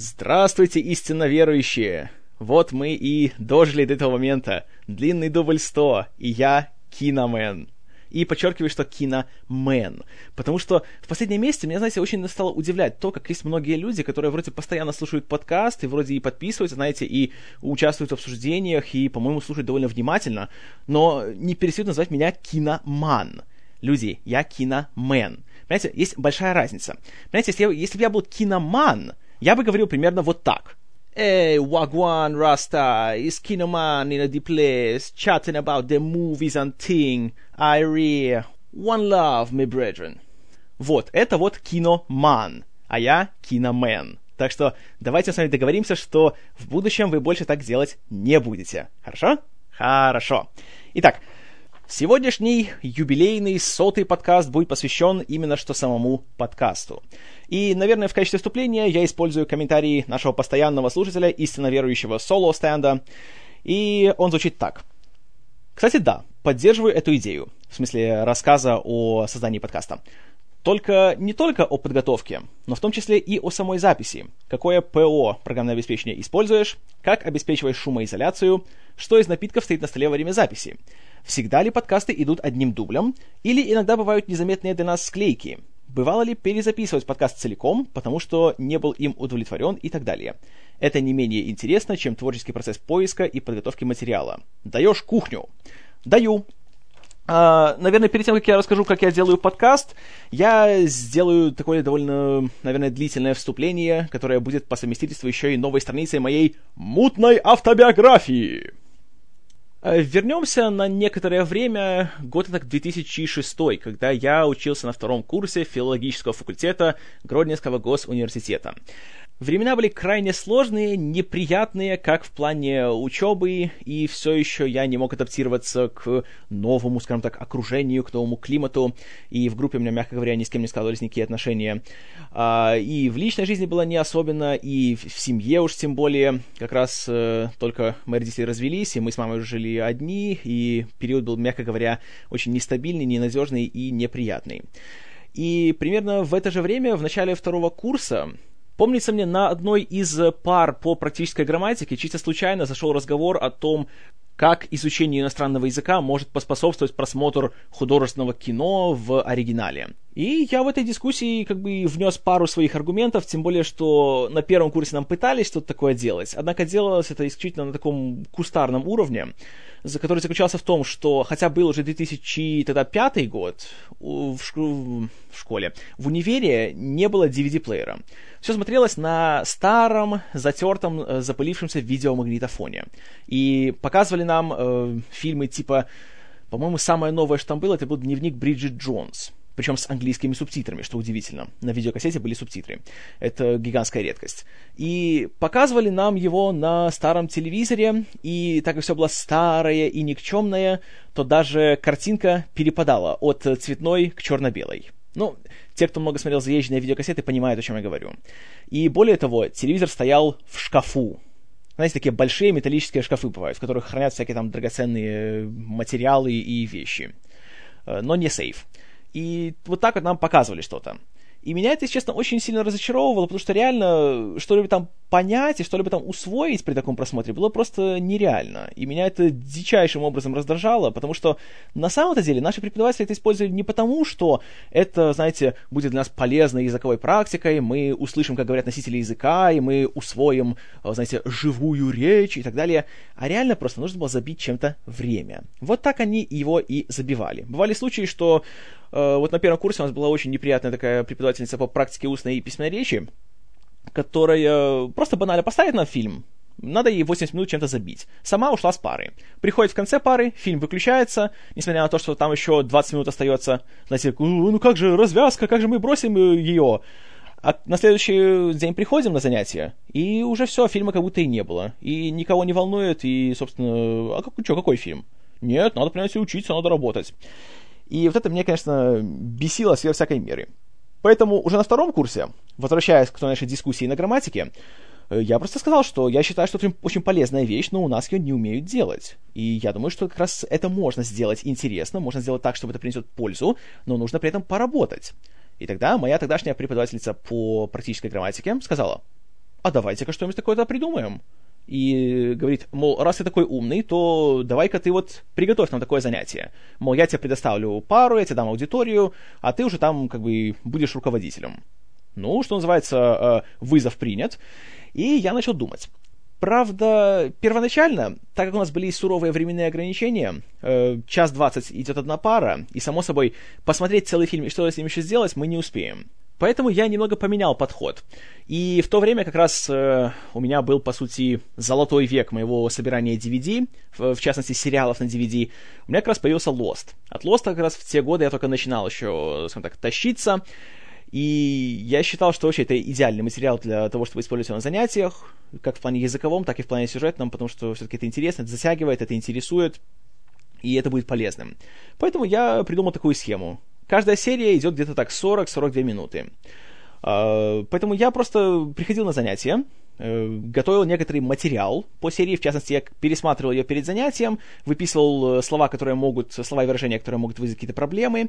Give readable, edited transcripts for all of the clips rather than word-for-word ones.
Здравствуйте, истинно верующие! Вот мы и дожили до этого момента. Длинный дубль 100, и я Киномен. И подчеркиваю, что Киномен. Потому что в последние месяцы меня, знаете, очень стало удивлять то, как есть многие люди, которые вроде постоянно слушают подкаст, и вроде и подписываются, знаете, и участвуют в обсуждениях, и, по-моему, слушают довольно внимательно, но не перестают называть меня Киноман. Люди, я Киномен. Понимаете, есть большая разница. Понимаете, если бы я был Киноман, я бы говорил примерно вот так. Hey, Wagwan Rasta, is Kinoman in the place, chatting about the movies and thing, Irie, one love, my brethren. Вот, это вот Киноман, а я Киномен. Так что давайте с вами договоримся, что в будущем вы больше так делать не будете. Хорошо? Хорошо. Итак, сегодняшний юбилейный 100-й подкаст будет посвящен именно что самому подкасту. И, наверное, в качестве вступления я использую комментарий нашего постоянного слушателя, истинно верующего Соло Стенда, и он звучит так. Кстати, да, поддерживаю эту идею, в смысле рассказа о создании подкаста. Только не только о подготовке, но в том числе и о самой записи. Какое ПО, программное обеспечение, используешь, как обеспечиваешь шумоизоляцию, что из напитков стоит на столе во время записи. Всегда ли подкасты идут одним дублем, или иногда бывают незаметные для нас склейки? Бывало ли перезаписывать подкаст целиком, потому что не был им удовлетворен и так далее? Это не менее интересно, чем творческий процесс поиска и подготовки материала. Даешь кухню? Даю. Наверное, перед тем, как я расскажу, как я делаю подкаст, я сделаю такое довольно, наверное, длительное вступление, которое будет по совместительству еще и новой страницей моей мутной автобиографии. Вернемся на некоторое время, год так 2006, когда я учился на 2-м курсе филологического факультета Гродненского госуниверситета. Времена были крайне сложные, неприятные, как в плане учебы, и все еще я не мог адаптироваться к новому, скажем так, окружению, к новому климату, и в группе у меня, мягко говоря, ни с кем не складывались никакие отношения. И в личной жизни было не особенно, и в семье уж тем более. Как раз только мои родители развелись, и мы с мамой уже жили одни, и период был, мягко говоря, очень нестабильный, ненадежный и неприятный. И примерно в это же время, в начале 2-го курса, помнится мне, на одной из пар по практической грамматике чисто случайно зашел разговор о том, как изучение иностранного языка может поспособствовать просмотру художественного кино в оригинале. И я в этой дискуссии как бы внес пару своих аргументов, тем более, что на 1-м курсе нам пытались что-то такое делать, однако делалось это исключительно на таком кустарном уровне, который заключался в том, что, хотя был уже 2005 год в школе, в универе не было DVD-плеера. Все смотрелось на старом, затертом, запылившемся видеомагнитофоне. И показывали нам фильмы типа, по-моему, самое новое, что там было, это был дневник Бриджит Джонс. Причем с английскими субтитрами, что удивительно. На видеокассете были субтитры. Это гигантская редкость. И показывали нам его на старом телевизоре, и так как все было старое и никчемное, то даже картинка перепадала от цветной к черно-белой. Ну, те, кто много смотрел заезженные видеокассеты, понимают, о чем я говорю. И более того, телевизор стоял в шкафу. Знаете, такие большие металлические шкафы бывают, в которых хранят всякие там драгоценные материалы и вещи. Но не сейф. И вот так вот нам показывали что-то. И меня это, если честно, очень сильно разочаровывало, потому что реально что-либо там понять и что-либо там усвоить при таком просмотре было просто нереально. И меня это дичайшим образом раздражало, потому что на самом-то деле наши преподаватели это использовали не потому, что это, знаете, будет для нас полезной языковой практикой, мы услышим, как говорят носители языка, и мы усвоим, знаете, живую речь и так далее, а реально просто нужно было забить чем-то время. Вот так они его и забивали. Бывали случаи, что вот на 1-м курсе у нас была очень неприятная такая преподавательница по практике устной и письменной речи, которая просто банально поставит нам фильм, надо ей 80 минут чем-то забить. Сама ушла с пары. Приходит в конце пары, фильм выключается, несмотря на то, что там еще 20 минут остается. Знаете, ну как же развязка, как же мы бросим ее? А на следующий день приходим на занятия, и уже все, фильма как будто и не было. И никого не волнует, и, собственно, какой фильм? Нет, надо, понимаете, учиться, надо работать. И вот это мне, конечно, бесило сверх всякой меры. Поэтому уже на 2-м курсе, возвращаясь к нашей дискуссии на грамматике, я просто сказал, что я считаю, что это очень полезная вещь, но у нас ее не умеют делать. И я думаю, что как раз это можно сделать интересно, можно сделать так, чтобы это принесет пользу, но нужно при этом поработать. И тогда моя тогдашняя преподавательница по практической грамматике сказала: а давайте-ка что-нибудь такое-то придумаем. И говорит, мол, раз ты такой умный, то давай-ка ты вот приготовь нам такое занятие. Мол, я тебе предоставлю пару, я тебе дам аудиторию, а ты уже там как бы будешь руководителем. Ну, что называется, вызов принят. И я начал думать. Правда, первоначально, так как у нас были суровые временные ограничения, 1:20 идет одна пара, и, само собой, посмотреть целый фильм и что с ним еще сделать мы не успеем. Поэтому я немного поменял подход. И в то время как раз у меня был, по сути, золотой век моего собирания DVD, в частности, сериалов на DVD. У меня как раз появился Lost. От Lost как раз в те годы я только начинал еще, скажем так, тащиться. И я считал, что вообще это идеальный материал для того, чтобы использовать его на занятиях, как в плане языковом, так и в плане сюжетном, потому что все-таки это интересно, это затягивает, это интересует, и это будет полезным. Поэтому я придумал такую схему. Каждая серия идет где-то так 40-42 минуты. Поэтому я просто приходил на занятия, готовил некоторый материал по серии, в частности, я пересматривал ее перед занятием, выписывал слова и выражения, которые могут вызвать какие-то проблемы,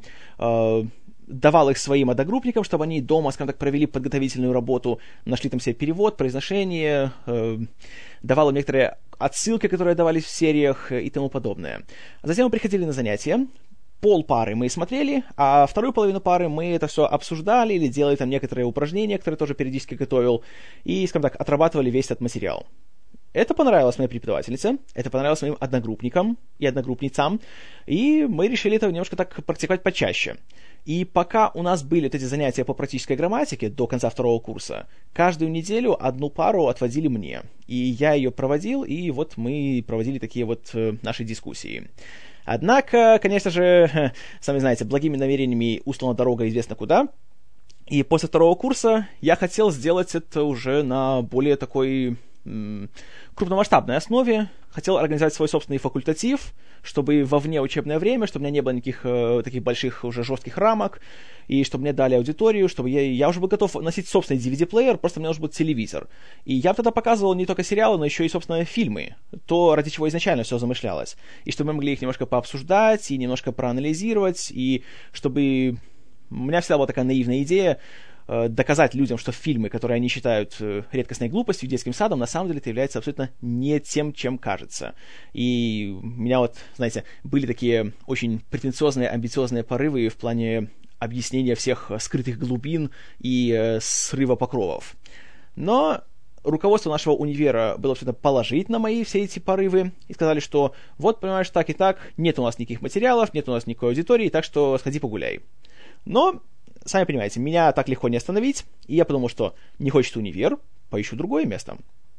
давал их своим одногруппникам, чтобы они дома, скажем так, провели подготовительную работу, нашли там себе перевод, произношение, давал им некоторые отсылки, которые давались в сериях и тому подобное. Затем мы приходили на занятия, полпары мы смотрели, а вторую половину пары мы это все обсуждали или делали там некоторые упражнения, которые тоже периодически готовил, и, скажем так, отрабатывали весь этот материал. Это понравилось моей преподавательнице, это понравилось моим одногруппникам и одногруппницам, и мы решили это немножко так практиковать почаще. И пока у нас были вот эти занятия по практической грамматике до конца второго курса, каждую неделю одну пару отводили мне. И я ее проводил, и вот мы проводили такие вот наши дискуссии. Однако, конечно же, сами знаете, благими намерениями услана дорога известно куда. И после второго курса я хотел сделать это уже на более такой крупномасштабной основе. Хотел организовать свой собственный факультатив, чтобы во внеучебное время, чтобы у меня не было никаких таких больших уже жестких рамок, и чтобы мне дали аудиторию, чтобы я уже был готов носить собственный DVD-плеер, просто мне нужен был телевизор. И я тогда показывал не только сериалы, но еще и, собственно, фильмы, то, ради чего изначально все замышлялось. И чтобы мы могли их немножко пообсуждать, и немножко проанализировать, и чтобы... У меня всегда была такая наивная идея доказать людям, что фильмы, которые они считают редкостной глупостью, детским садом, на самом деле это является абсолютно не тем, чем кажется. И у меня вот, знаете, были такие очень претенциозные, амбициозные порывы в плане объяснения всех скрытых глубин и срыва покровов. Но руководство нашего универа было абсолютно положительно на мои все эти порывы и сказали, что вот, понимаешь, так и так, нет у нас никаких материалов, нет у нас никакой аудитории, так что сходи погуляй. Но... Сами понимаете, меня так легко не остановить, и я подумал, что не хочет универ, поищу другое место.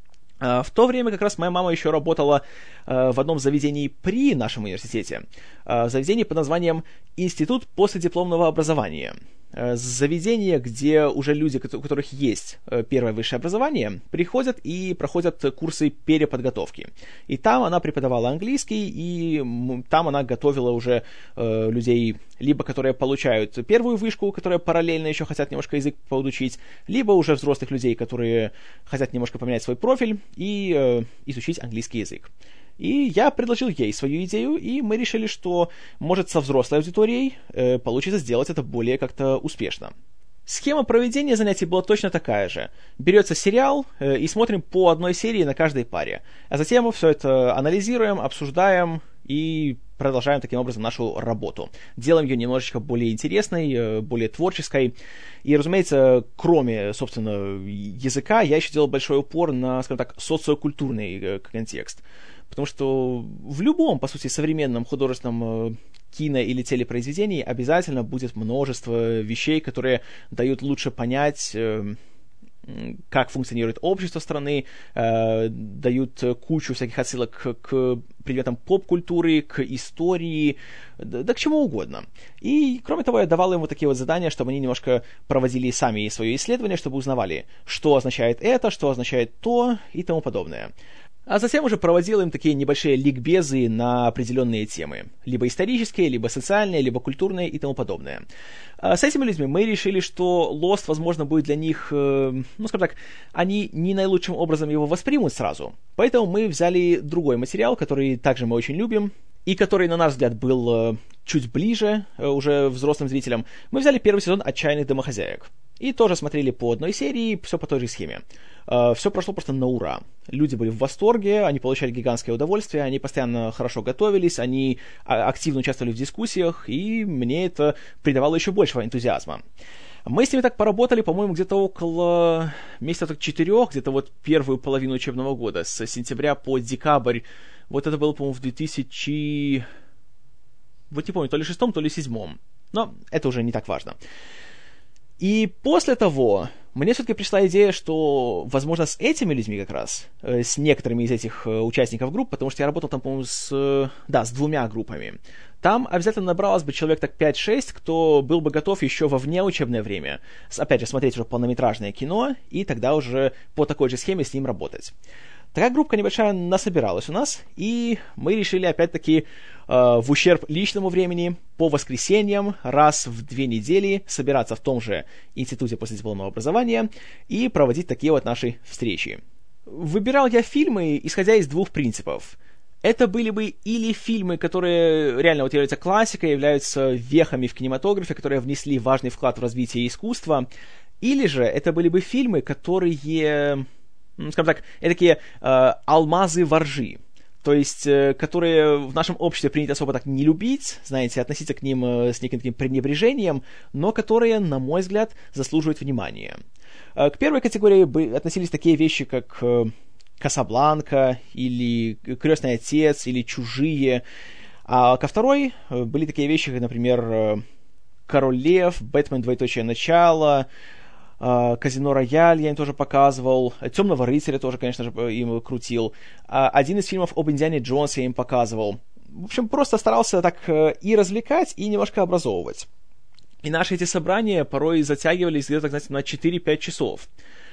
В то время как раз моя мама еще работала в одном заведении при нашем университете, в заведении под названием «Институт последипломного образования». Заведение, где уже люди, у которых есть первое высшее образование, приходят и проходят курсы переподготовки. И там она преподавала английский, и там она готовила уже людей, либо которые получают первую вышку, которые параллельно еще хотят немножко язык поучить, либо уже взрослых людей, которые хотят немножко поменять свой профиль и изучить английский язык. И я предложил ей свою идею, и мы решили, что, может, со взрослой аудиторией получится сделать это более как-то успешно. Схема проведения занятий была точно такая же. Берется сериал, и смотрим по одной серии на каждой паре. А затем мы все это анализируем, обсуждаем и продолжаем таким образом нашу работу. Делаем ее немножечко более интересной, более творческой. И, разумеется, кроме, собственно, языка, я еще делал большой упор на, скажем так, социокультурный контекст. Потому что в любом, по сути, современном художественном кино- или телепроизведении обязательно будет множество вещей, которые дают лучше понять, как функционирует общество страны, дают кучу всяких отсылок к предметам поп-культуры, к истории, да к чему угодно. И, кроме того, я давал им вот такие вот задания, чтобы они немножко проводили сами свое исследование, чтобы узнавали, что означает это, что означает то и тому подобное. А затем уже проводил им такие небольшие ликбезы на определенные темы. Либо исторические, либо социальные, либо культурные и тому подобное. С этими людьми мы решили, что Lost, возможно, будет для них, ну, скажем так, они не наилучшим образом его воспримут сразу. Поэтому мы взяли другой материал, который также мы очень любим, и который, на наш взгляд, был чуть ближе уже взрослым зрителям. Мы взяли первый сезон «Отчаянных домохозяек». И тоже смотрели по одной серии, все по той же схеме. Все прошло просто на ура. Люди были в восторге, они получали гигантское удовольствие, они постоянно хорошо готовились, они активно участвовали в дискуссиях, и мне это придавало еще большего энтузиазма. Мы с ними так поработали, по-моему, где-то около месяцев 4, где-то вот первую половину учебного года, с сентября по декабрь. Вот это было, по-моему, в 2000... Вот не помню, то ли 6, то ли 7. Но это уже не так важно. И после того мне все-таки пришла идея, что, возможно, с этими людьми как раз, с некоторыми из этих участников групп, потому что я работал там, по-моему, с 2 группами, там обязательно набралось бы человек так 5-6, кто был бы готов еще во внеучебное время, опять же, смотреть уже полнометражное кино, и тогда уже по такой же схеме с ним работать. Такая группа небольшая насобиралась у нас, и мы решили, опять-таки, в ущерб личному времени, по воскресеньям, раз в 2 недели собираться в том же институте последипломного образования и проводить такие вот наши встречи. Выбирал я фильмы, исходя из 2 принципов. Это были бы или фильмы, которые реально вот являются классикой, являются вехами в кинематографе, которые внесли важный вклад в развитие искусства, или же это были бы фильмы, которые... скажем так, такие алмазы во ржи, то есть, которые в нашем обществе принято особо так не любить, знаете, относиться к ним с неким таким пренебрежением, но которые, на мой взгляд, заслуживают внимания. К первой категории относились такие вещи, как «Касабланка», или «Крестный отец», или «Чужие», а ко второй были такие вещи, как, например, «Король лев», «Бэтмен. Начало», «Казино Рояль» я им тоже показывал, «Темного рыцаря» тоже, конечно же, им крутил, один из фильмов об Индиане Джонсе я им показывал. В общем, просто старался так и развлекать, и немножко образовывать. И наши эти собрания порой затягивались где-то, знаете, на 4-5 часов.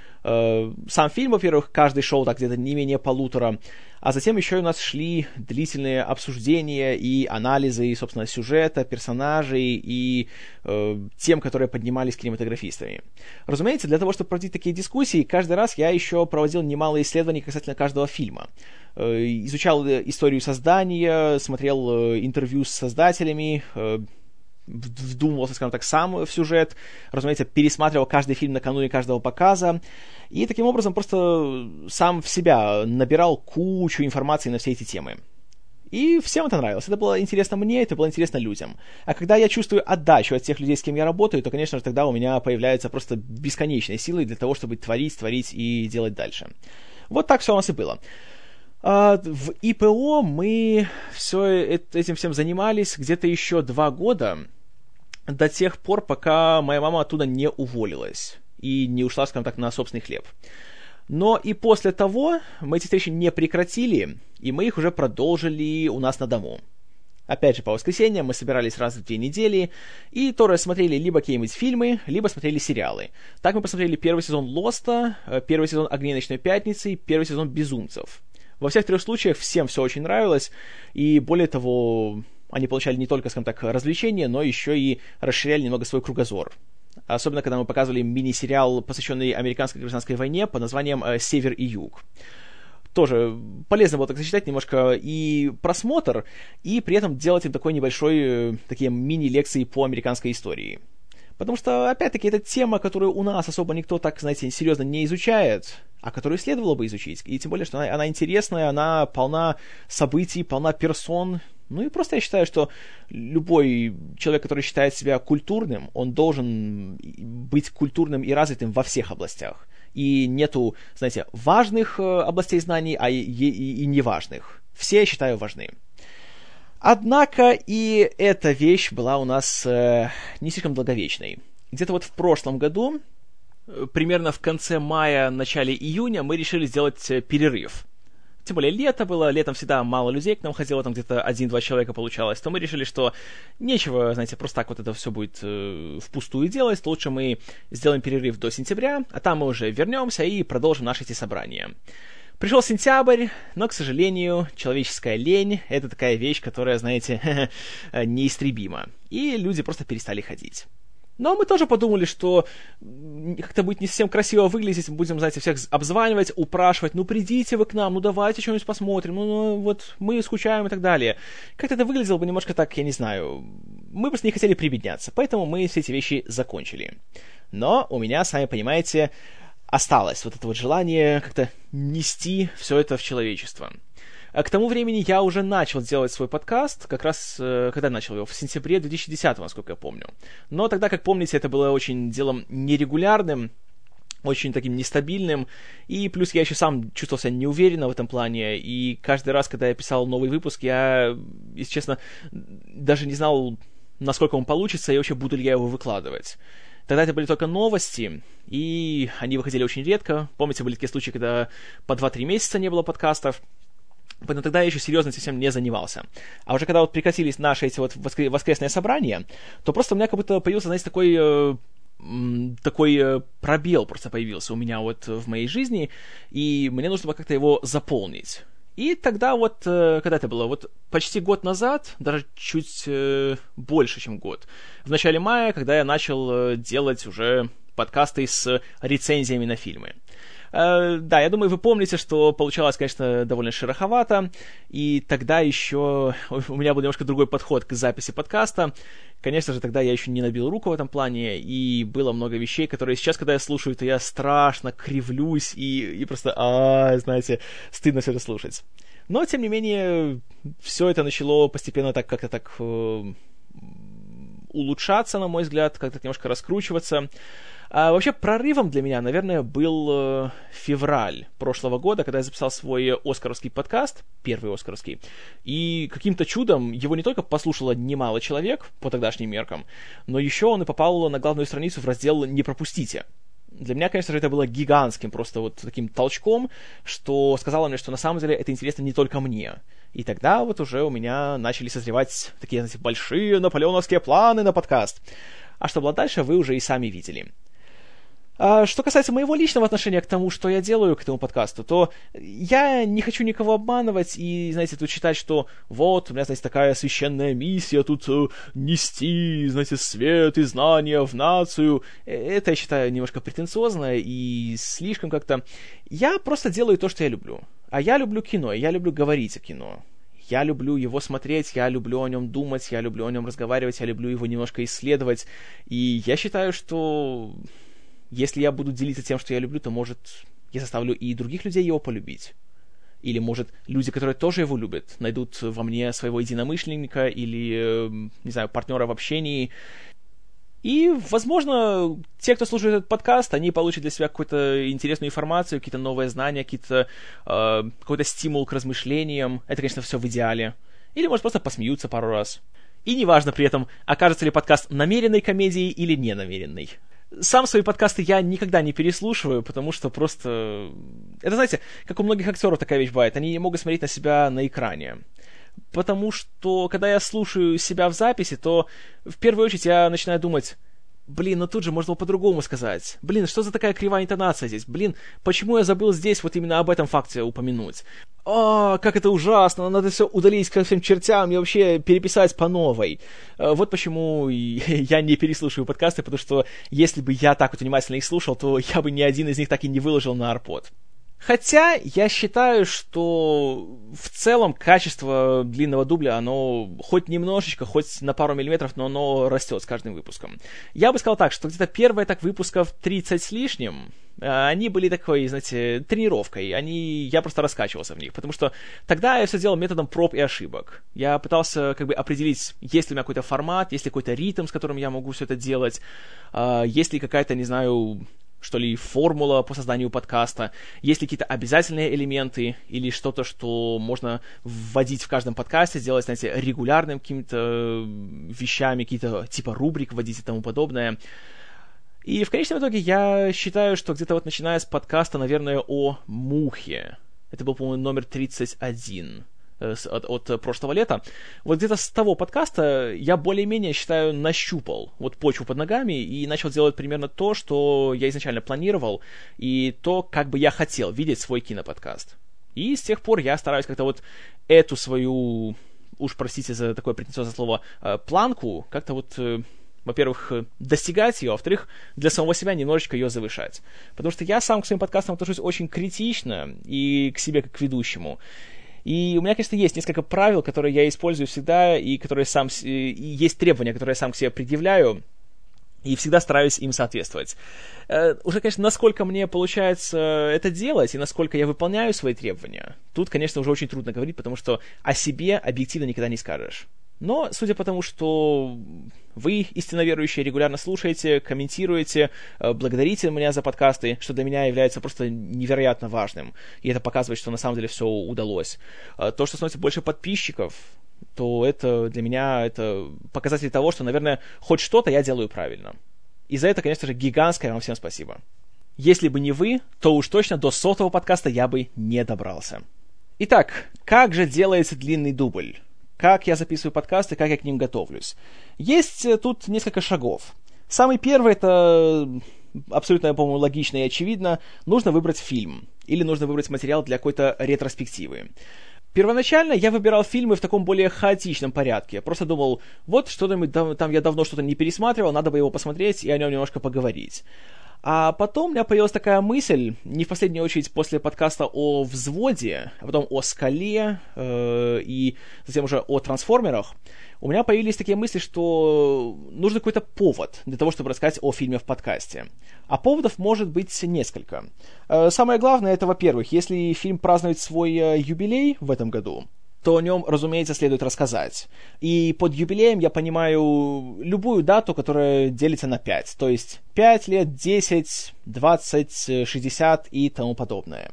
Сам фильм, во-первых, каждый шел так где-то не менее 1,5, а затем еще у нас шли длительные обсуждения и анализы, и, собственно, сюжета, персонажей и тем, которые поднимались кинематографистами. Разумеется, для того, чтобы проводить такие дискуссии, каждый раз я еще проводил немало исследований касательно каждого фильма. Изучал историю создания, смотрел интервью с создателями, вдумывался, скажем так, сам в сюжет, разумеется, пересматривал каждый фильм накануне каждого показа, и таким образом просто сам в себя набирал кучу информации на все эти темы. И всем это нравилось. Это было интересно мне, это было интересно людям. А когда я чувствую отдачу от тех людей, с кем я работаю, то, конечно же, тогда у меня появляются просто бесконечные силы для того, чтобы творить и делать дальше. Вот так все у нас и было. В ИПО мы этим всем занимались где-то еще 2 года, до тех пор, пока моя мама оттуда не уволилась и не ушла, скажем так, на собственный хлеб. Но и после того мы эти встречи не прекратили, и мы их уже продолжили у нас на дому. Опять же, по воскресеньям мы собирались раз в 2 недели и тоже смотрели либо какие-нибудь фильмы, либо смотрели сериалы. Так мы посмотрели 1 сезон «Лоста», 1 сезон «Огней ночной пятницы» и 1 сезон «Безумцев». Во всех 3 случаях всем все очень нравилось, и более того, они получали не только, скажем так, развлечения, но еще и расширяли немного свой кругозор. Особенно, когда мы показывали мини-сериал, посвященный американской гражданской войне под названием «Север и Юг». Тоже полезно было так сочетать немножко и просмотр, и при этом делать им такой небольшой, такие мини-лекции по американской истории. Потому что, опять-таки, это тема, которую у нас особо никто так, знаете, серьезно не изучает, а которую следовало бы изучить. И тем более, что она интересная, она полна событий, полна персон. Ну и просто я считаю, что любой человек, который считает себя культурным, он должен быть культурным и развитым во всех областях. И нету, знаете, важных областей знаний, а и неважных. Все, я считаю, важны. Однако и эта вещь была у нас не слишком долговечной. Где-то вот в прошлом году, примерно в конце мая, начале июня, мы решили сделать перерыв. Тем более лето было, летом всегда мало людей к нам ходило, там где-то 1-2 человека получалось, то мы решили, что нечего, знаете, просто так вот это все будет впустую делать, то лучше мы сделаем перерыв до сентября, а там мы уже вернемся и продолжим наши эти собрания. Пришел сентябрь, но, к сожалению, человеческая лень — это такая вещь, которая, знаете, неистребима. И люди просто перестали ходить. Но мы тоже подумали, что как-то будет не совсем красиво выглядеть, будем, знаете, всех обзванивать, упрашивать, ну придите вы к нам, ну давайте что-нибудь посмотрим, ну вот мы скучаем и так далее. Как-то это выглядело бы немножко так, я не знаю, мы просто не хотели прибедняться, поэтому мы все эти вещи закончили. Но у меня, сами понимаете, осталось вот это вот желание как-то нести все это в человечество. А к тому времени я уже начал делать свой подкаст, как раз, когда начал его, в сентябре 2010-го, насколько я помню. Но тогда, как помните, это было очень делом нерегулярным, очень таким нестабильным, и плюс я еще сам чувствовал себя неуверенно в этом плане, и каждый раз, когда я писал новый выпуск, я, если честно, даже не знал, насколько он получится, и вообще буду ли я его выкладывать. Тогда это были только новости, и они выходили очень редко. Помните, были такие случаи, когда по 2-3 месяца не было подкастов. Поэтому тогда я еще серьезно совсем не занимался. А уже когда вот прекратились наши эти вот воскресные собрания, то просто у меня как будто появился, знаете, такой пробел просто появился у меня вот в моей жизни, и мне нужно было как-то его заполнить. И тогда вот, когда это было, вот почти год назад, даже чуть больше, чем год, в начале мая, когда я начал делать уже подкасты с рецензиями на фильмы. Да, я думаю, вы помните, что получалось, конечно, довольно шероховато, и тогда еще у меня был немножко другой подход к записи подкаста. Конечно же, тогда я еще не набил руку в этом плане, и было много вещей, которые сейчас, когда я слушаю, то я страшно кривлюсь, и просто, знаете, стыдно все это слушать. Но, тем не менее, все это начало постепенно так как-то так улучшаться, на мой взгляд, как-то немножко раскручиваться. А вообще прорывом для меня, наверное, был февраль прошлого года, когда я записал свой оскаровский подкаст, первый оскаровский, и каким-то чудом его не только послушало немало человек по тогдашним меркам, но еще он и попал на главную страницу в раздел «Не пропустите». Для меня, конечно же, это было гигантским просто вот таким толчком, что сказало мне, что на самом деле это интересно не только мне. И тогда вот уже у меня начали созревать такие, знаете, большие наполеоновские планы на подкаст. А что было дальше, вы уже и сами видели. Что касается моего личного отношения к тому, что я делаю, к этому подкасту, то я не хочу никого обманывать и, знаете, тут считать, что вот, у меня, знаете, такая священная миссия тут нести, знаете, свет и знания в нацию. Это, я считаю, немножко претенциозно и слишком как-то... Я просто делаю то, что я люблю. А я люблю кино, я люблю говорить о кино. Я люблю его смотреть, я люблю о нем думать, я люблю о нем разговаривать, я люблю его немножко исследовать. И я считаю, что... Если я буду делиться тем, что я люблю, то, может, я заставлю и других людей его полюбить. Или, может, люди, которые тоже его любят, найдут во мне своего единомышленника или, не знаю, партнера в общении. И, возможно, те, кто слушает этот подкаст, они получат для себя какую-то интересную информацию, какие-то новые знания, какой-то стимул к размышлениям. Это, конечно, все в идеале. Или, может, просто посмеются пару раз. И неважно при этом, окажется ли подкаст намеренной комедией или ненамеренной. Сам свои подкасты я никогда не переслушиваю, потому что просто... Это, знаете, как у многих актеров такая вещь бывает, они не могут смотреть на себя на экране. Потому что, когда я слушаю себя в записи, то в первую очередь я начинаю думать... Блин, ну тут же можно было по-другому сказать. Блин, что за такая кривая интонация здесь? Блин, почему я забыл здесь вот именно об этом факте упомянуть? Как это ужасно, надо все удалить ко всем чертям и вообще переписать по новой. Вот почему я не переслушиваю подкасты, потому что если бы я так вот внимательно их слушал, то я бы ни один из них так и не выложил на Арпод. Хотя я считаю, что в целом качество длинного дубля, оно хоть немножечко, хоть на пару миллиметров, но оно растет с каждым выпуском. Я бы сказал так, что где-то первые так выпусков 30 с лишним, они были такой, знаете, тренировкой. Я просто раскачивался в них, потому что тогда я все делал методом проб и ошибок. Я пытался как бы определить, есть ли у меня какой-то формат, есть ли какой-то ритм, с которым я могу все это делать, есть ли какая-то, не знаю... что ли, формула по созданию подкаста, есть ли какие-то обязательные элементы или что-то, что можно вводить в каждом подкасте, сделать, знаете, регулярным какими-то вещами, какие-то типа рубрик вводить и тому подобное. И в конечном итоге я считаю, что где-то вот начиная с подкаста, наверное, о Мухе, это был, по-моему, номер 31, от прошлого лета. Вот где-то с того подкаста я более-менее, считаю, нащупал вот почву под ногами и начал делать примерно то, что я изначально планировал, и то, как бы я хотел видеть свой киноподкаст. И с тех пор я стараюсь как-то вот эту свою, уж простите за такое претенциозное слово, планку, как-то вот... во-первых, достигать ее, а во-вторых, для самого себя немножечко ее завышать. Потому что я сам к своим подкастам отношусь очень критично и к себе как к ведущему. И у меня, конечно, есть несколько правил, которые я использую всегда, и которые и есть требования, которые я сам к себе предъявляю. и всегда стараюсь им соответствовать. Уже, конечно, насколько мне получается это делать, и насколько я выполняю свои требования, тут, конечно, уже очень трудно говорить, потому что о себе объективно никогда не скажешь. Но, судя по тому, что вы, истинно верующие, регулярно слушаете, комментируете, благодарите меня за подкасты, что для меня является просто невероятно важным, и это показывает, что на самом деле все удалось. То, что становится больше подписчиков, то это для меня это показатель того, что, наверное, хоть что-то я делаю правильно. И за это, конечно же, гигантское вам всем спасибо. Если бы не вы, то уж точно до 100-го подкаста я бы не добрался. Итак, как же делается длинный дубль? Как я записываю подкасты, как я к ним готовлюсь? Есть тут несколько шагов. Самый первый — это абсолютно, по-моему, логично и очевидно. Нужно выбрать фильм. Или нужно выбрать материал для какой-то ретроспективы. Первоначально я выбирал фильмы в таком более хаотичном порядке. Просто думал, вот что-нибудь там я давно что-то не пересматривал, надо бы его посмотреть и о нем немножко поговорить. А потом у меня появилась такая мысль, не в последнюю очередь после подкаста о «Взводе», а потом о «Скале» и затем уже о «Трансформерах». У меня появились такие мысли, что нужен какой-то повод для того, чтобы рассказать о фильме в подкасте. А поводов может быть несколько. Самое главное, это, во-первых, если фильм празднует свой юбилей в этом году, то о нем, разумеется, следует рассказать. И под юбилеем я понимаю любую дату, которая делится на 5. То есть 5 лет, 10, 20, 60 и тому подобное.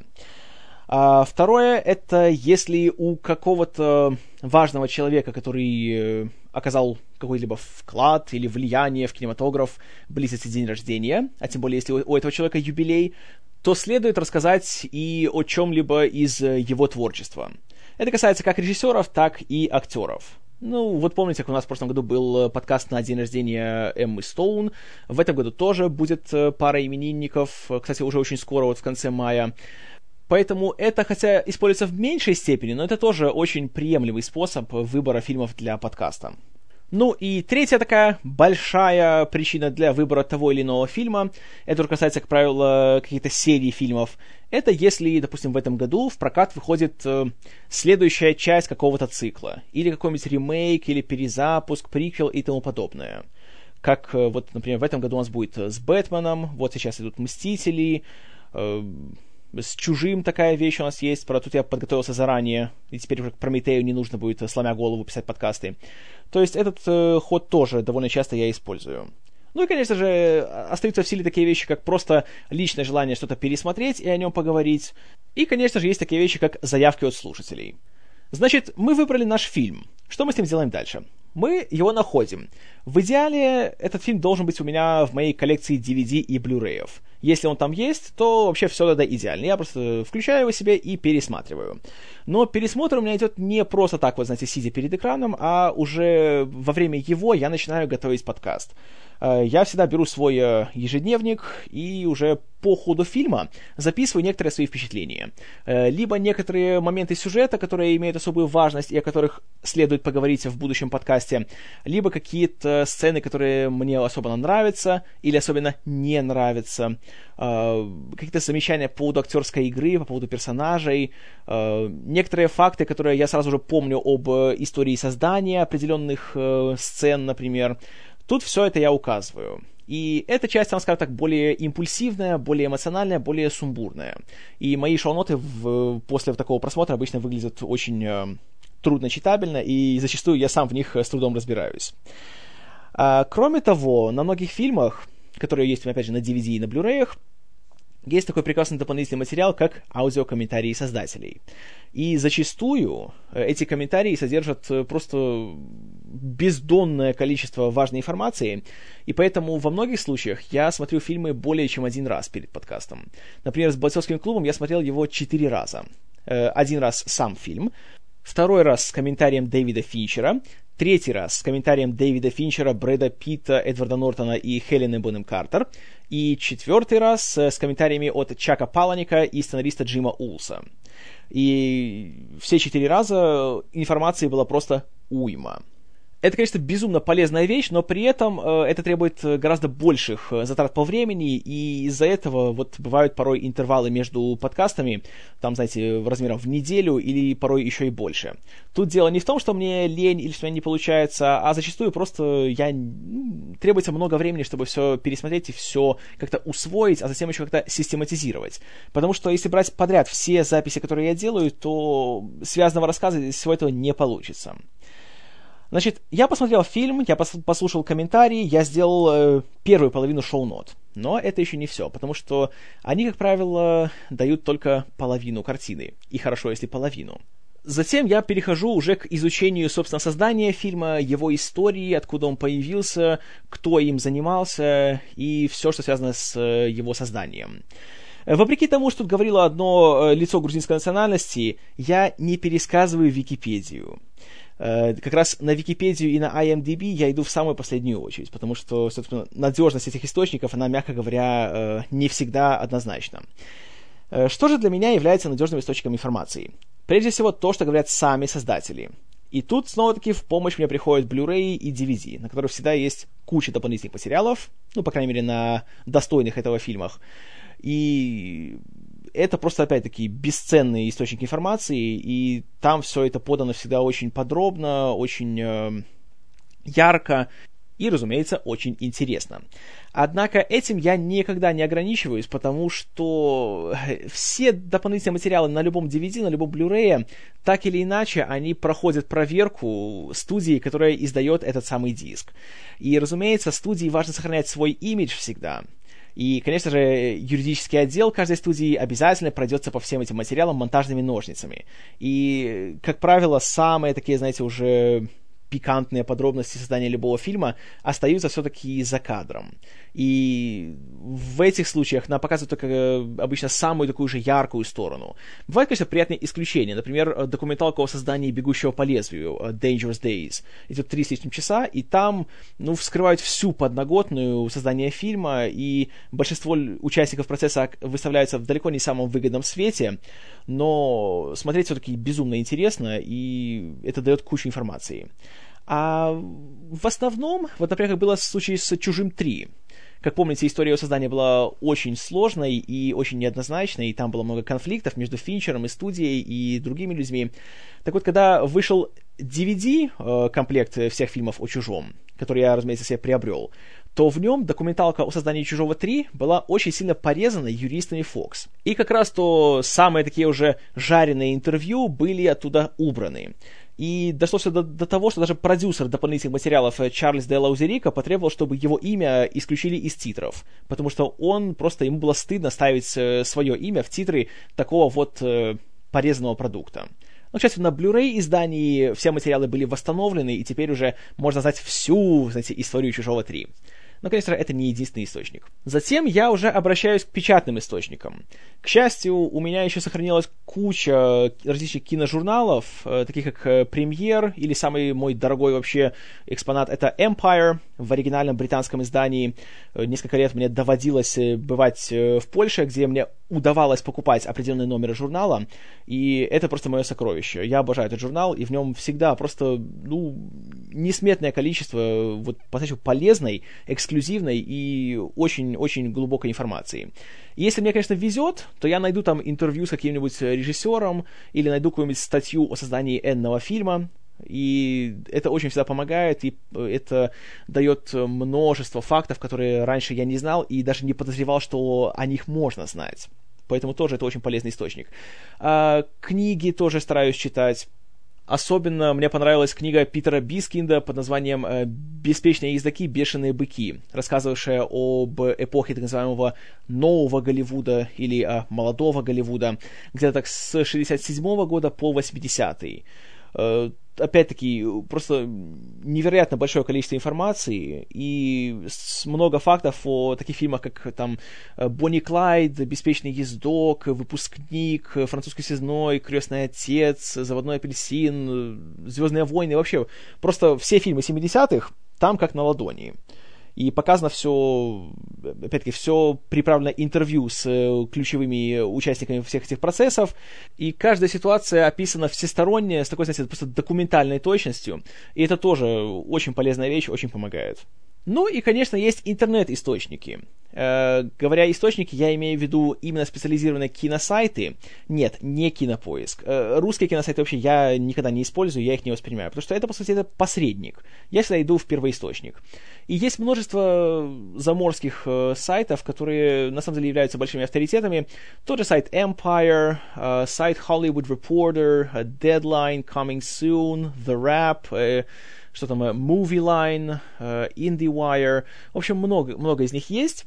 А второе, это если у какого-то важного человека, который оказал какой-либо вклад или влияние в кинематограф, близится день рождения, а тем более, если у этого человека юбилей, то следует рассказать и о чем-либо из его творчества. Это касается как режиссеров, так и актеров. Ну, вот помните, как у нас в прошлом году был подкаст на день рождения Эммы Стоун. В этом году тоже будет пара именинников, кстати, уже очень скоро, вот в конце мая. Поэтому это, хотя используется в меньшей степени, но это тоже очень приемлемый способ выбора фильмов для подкаста. Ну и третья такая большая причина для выбора того или иного фильма, это уже касается, как правило, каких-то серий фильмов, это если, допустим, в этом году в прокат выходит следующая часть какого-то цикла, или какой-нибудь ремейк, или перезапуск, приквел и тому подобное. Как вот, например, в этом году у нас будет с Бэтменом, вот сейчас идут Мстители, с Чужим такая вещь у нас есть, правда, тут я подготовился заранее, и теперь уже к Прометею не нужно будет, сломя голову, писать подкасты. То есть этот ход тоже довольно часто я использую. Ну и, конечно же, остаются в силе такие вещи, как просто личное желание что-то пересмотреть и о нем поговорить. И, конечно же, есть такие вещи, как заявки от слушателей. Значит, мы выбрали наш фильм. Что мы с ним делаем дальше? Мы его находим. В идеале этот фильм должен быть у меня в моей коллекции DVD и Blu-ray'ов. Если он там есть, то вообще все тогда идеально. Я просто включаю его себе и пересматриваю. Но пересмотр у меня идет не просто так, вот, знаете, сидя перед экраном, а уже во время его я начинаю готовить подкаст. Я всегда беру свой ежедневник и уже по ходу фильма записываю некоторые свои впечатления. Либо некоторые моменты сюжета, которые имеют особую важность и о которых следует поговорить в будущем подкасте, либо какие-то сцены, которые мне особенно нравятся или особенно не нравятся, какие-то замечания по поводу актерской игры, по поводу персонажей, некоторые факты, которые я сразу же помню об истории создания определенных сцен, например. Тут все это я указываю. И эта часть, там, скажем так, более импульсивная, более эмоциональная, более сумбурная. И мои шоу-ноты после такого просмотра обычно выглядят очень трудно читабельно, и зачастую я сам в них с трудом разбираюсь. Кроме того, на многих фильмах, которые есть, опять же, на DVD и на Blu-ray, есть такой прекрасный дополнительный материал, как аудиокомментарии создателей. И зачастую эти комментарии содержат просто бездонное количество важной информации, и поэтому во многих случаях я смотрю фильмы более чем один раз перед подкастом. Например, с «Бойцовским клубом» я смотрел его 4 раза. Один раз сам фильм, второй раз с комментарием Дэвида Финчера, третий раз с комментарием Дэвида Финчера, Брэда Питта, Эдварда Нортона и Хелены Бонем Картер, и четвертый раз с комментариями от Чака Паланика и сценариста Джима Улса. И все 4 раза информации было просто уйма. Это, конечно, безумно полезная вещь, но при этом это требует гораздо больших затрат по времени, и из-за этого вот бывают порой интервалы между подкастами, там, знаете, размером в неделю или порой еще и больше. Тут дело не в том, что мне лень или что у меня не получается, а зачастую просто требуется много времени, чтобы все пересмотреть и все как-то усвоить, а затем еще как-то систематизировать. Потому что если брать подряд все записи, которые я делаю, то связанного рассказа из всего этого не получится. Значит, я посмотрел фильм, я послушал комментарии, я сделал первую половину шоу-нот. Но это еще не все, потому что они, как правило, дают только половину картины. И хорошо, если половину. Затем я перехожу уже к изучению, собственно, создания фильма, его истории, откуда он появился, кто им занимался и все, что связано с его созданием. Вопреки тому, что тут говорило одно лицо грузинской национальности, я не пересказываю Википедию. Как раз на Википедию и на IMDb я иду в самую последнюю очередь, потому что, собственно, надежность этих источников, она, мягко говоря, не всегда однозначна. Что же для меня является надежным источником информации? Прежде всего, то, что говорят сами создатели. И тут, снова-таки, в помощь мне приходят Blu-ray и DVD, на которых всегда есть куча дополнительных материалов, ну, по крайней мере, на достойных этого фильмах. И это просто, опять-таки, бесценный источник информации, и там все это подано всегда очень подробно, очень ярко и, разумеется, очень интересно. Однако этим я никогда не ограничиваюсь, потому что все дополнительные материалы на любом DVD, на любом Blu-ray, так или иначе, они проходят проверку студии, которая издает этот самый диск. И, разумеется, студии важно сохранять свой имидж всегда. И, конечно же, юридический отдел каждой студии обязательно пройдется по всем этим материалам монтажными ножницами. И, как правило, самые такие, знаете, уже пикантные подробности создания любого фильма остаются все-таки за кадром. И в этих случаях нам показывают только обычно самую такую же яркую сторону. Бывают, конечно, приятные исключения. Например, документалка о создании «Бегущего по лезвию» Dangerous Days. Идет 3 с лишним часа, и там вскрывают всю подноготную создания фильма, и большинство участников процесса выставляются в далеко не самом выгодном свете, но смотреть все-таки безумно интересно, и это дает кучу информации. А в основном, вот, например, как было в случае с «Чужим 3». Как помните, история его создания была очень сложной и очень неоднозначной, и там было много конфликтов между Финчером и студией и другими людьми. Так вот, когда вышел DVD-комплект всех фильмов о «Чужом», который я, разумеется, себе приобрел, то в нем документалка о создании «Чужого 3» была очень сильно порезана юристами Fox. И как раз то самые такие уже жареные интервью были оттуда убраны. И дошло все до того, что даже продюсер дополнительных материалов Чарльз де Лаузерико потребовал, чтобы его имя исключили из титров, потому что ему было стыдно ставить свое имя в титры такого вот порезанного продукта. Но, к счастью, на Blu-ray издании все материалы были восстановлены, и теперь уже можно знать всю, знаете, историю «Чужого 3». Но, конечно, это не единственный источник. Затем я уже обращаюсь к печатным источникам. К счастью, у меня еще сохранилась куча различных киножурналов, таких как «Премьер», или самый мой дорогой вообще экспонат — это «Empire» в оригинальном британском издании. Несколько лет мне доводилось бывать в Польше, где мне удавалось покупать определенные номеры журнала, и это просто мое сокровище. Я обожаю этот журнал, и в нем всегда просто, несметное количество по-настоящему полезной, эксклюзивной и очень-очень глубокой информации. И если мне, конечно, везет, то я найду там интервью с каким-нибудь режиссером или найду какую-нибудь статью о создании энного фильма, и это очень всегда помогает, и это дает множество фактов, которые раньше я не знал и даже не подозревал, что о них можно знать. Поэтому тоже это очень полезный источник. Книги тоже стараюсь читать. Особенно мне понравилась книга Питера Бискинда под названием «Беспечные ездаки, бешеные быки», рассказывавшая об эпохе так называемого нового Голливуда или молодого Голливуда, где-то так с 1967 года по 80-й. Опять-таки, просто невероятно большое количество информации и много фактов о таких фильмах, как там «Бонни Клайд», «Беспечный ездок», «Выпускник», «Французский связной», «Крестный отец», «Заводной апельсин», «Звездные войны», вообще просто все фильмы 70-х там как на ладони. и показано все, опять-таки, все приправлено интервью с ключевыми участниками всех этих процессов, и каждая ситуация описана всесторонне, с такой, знаете, просто документальной точностью, и это тоже очень полезная вещь, очень помогает. Ну и, конечно, есть интернет-источники. Говоря источники, я имею в виду именно специализированные киносайты. Нет, не Кинопоиск. Русские киносайты вообще я никогда не использую, я их не воспринимаю, потому что это, по сути, это посредник. Я всегда иду в первоисточник. И есть множество заморских сайтов, которые на самом деле являются большими авторитетами. Тот же сайт Empire, сайт Hollywood Reporter, Deadline, Coming Soon, The Wrap, что там, Movie Line, IndieWire. В общем, много из них есть.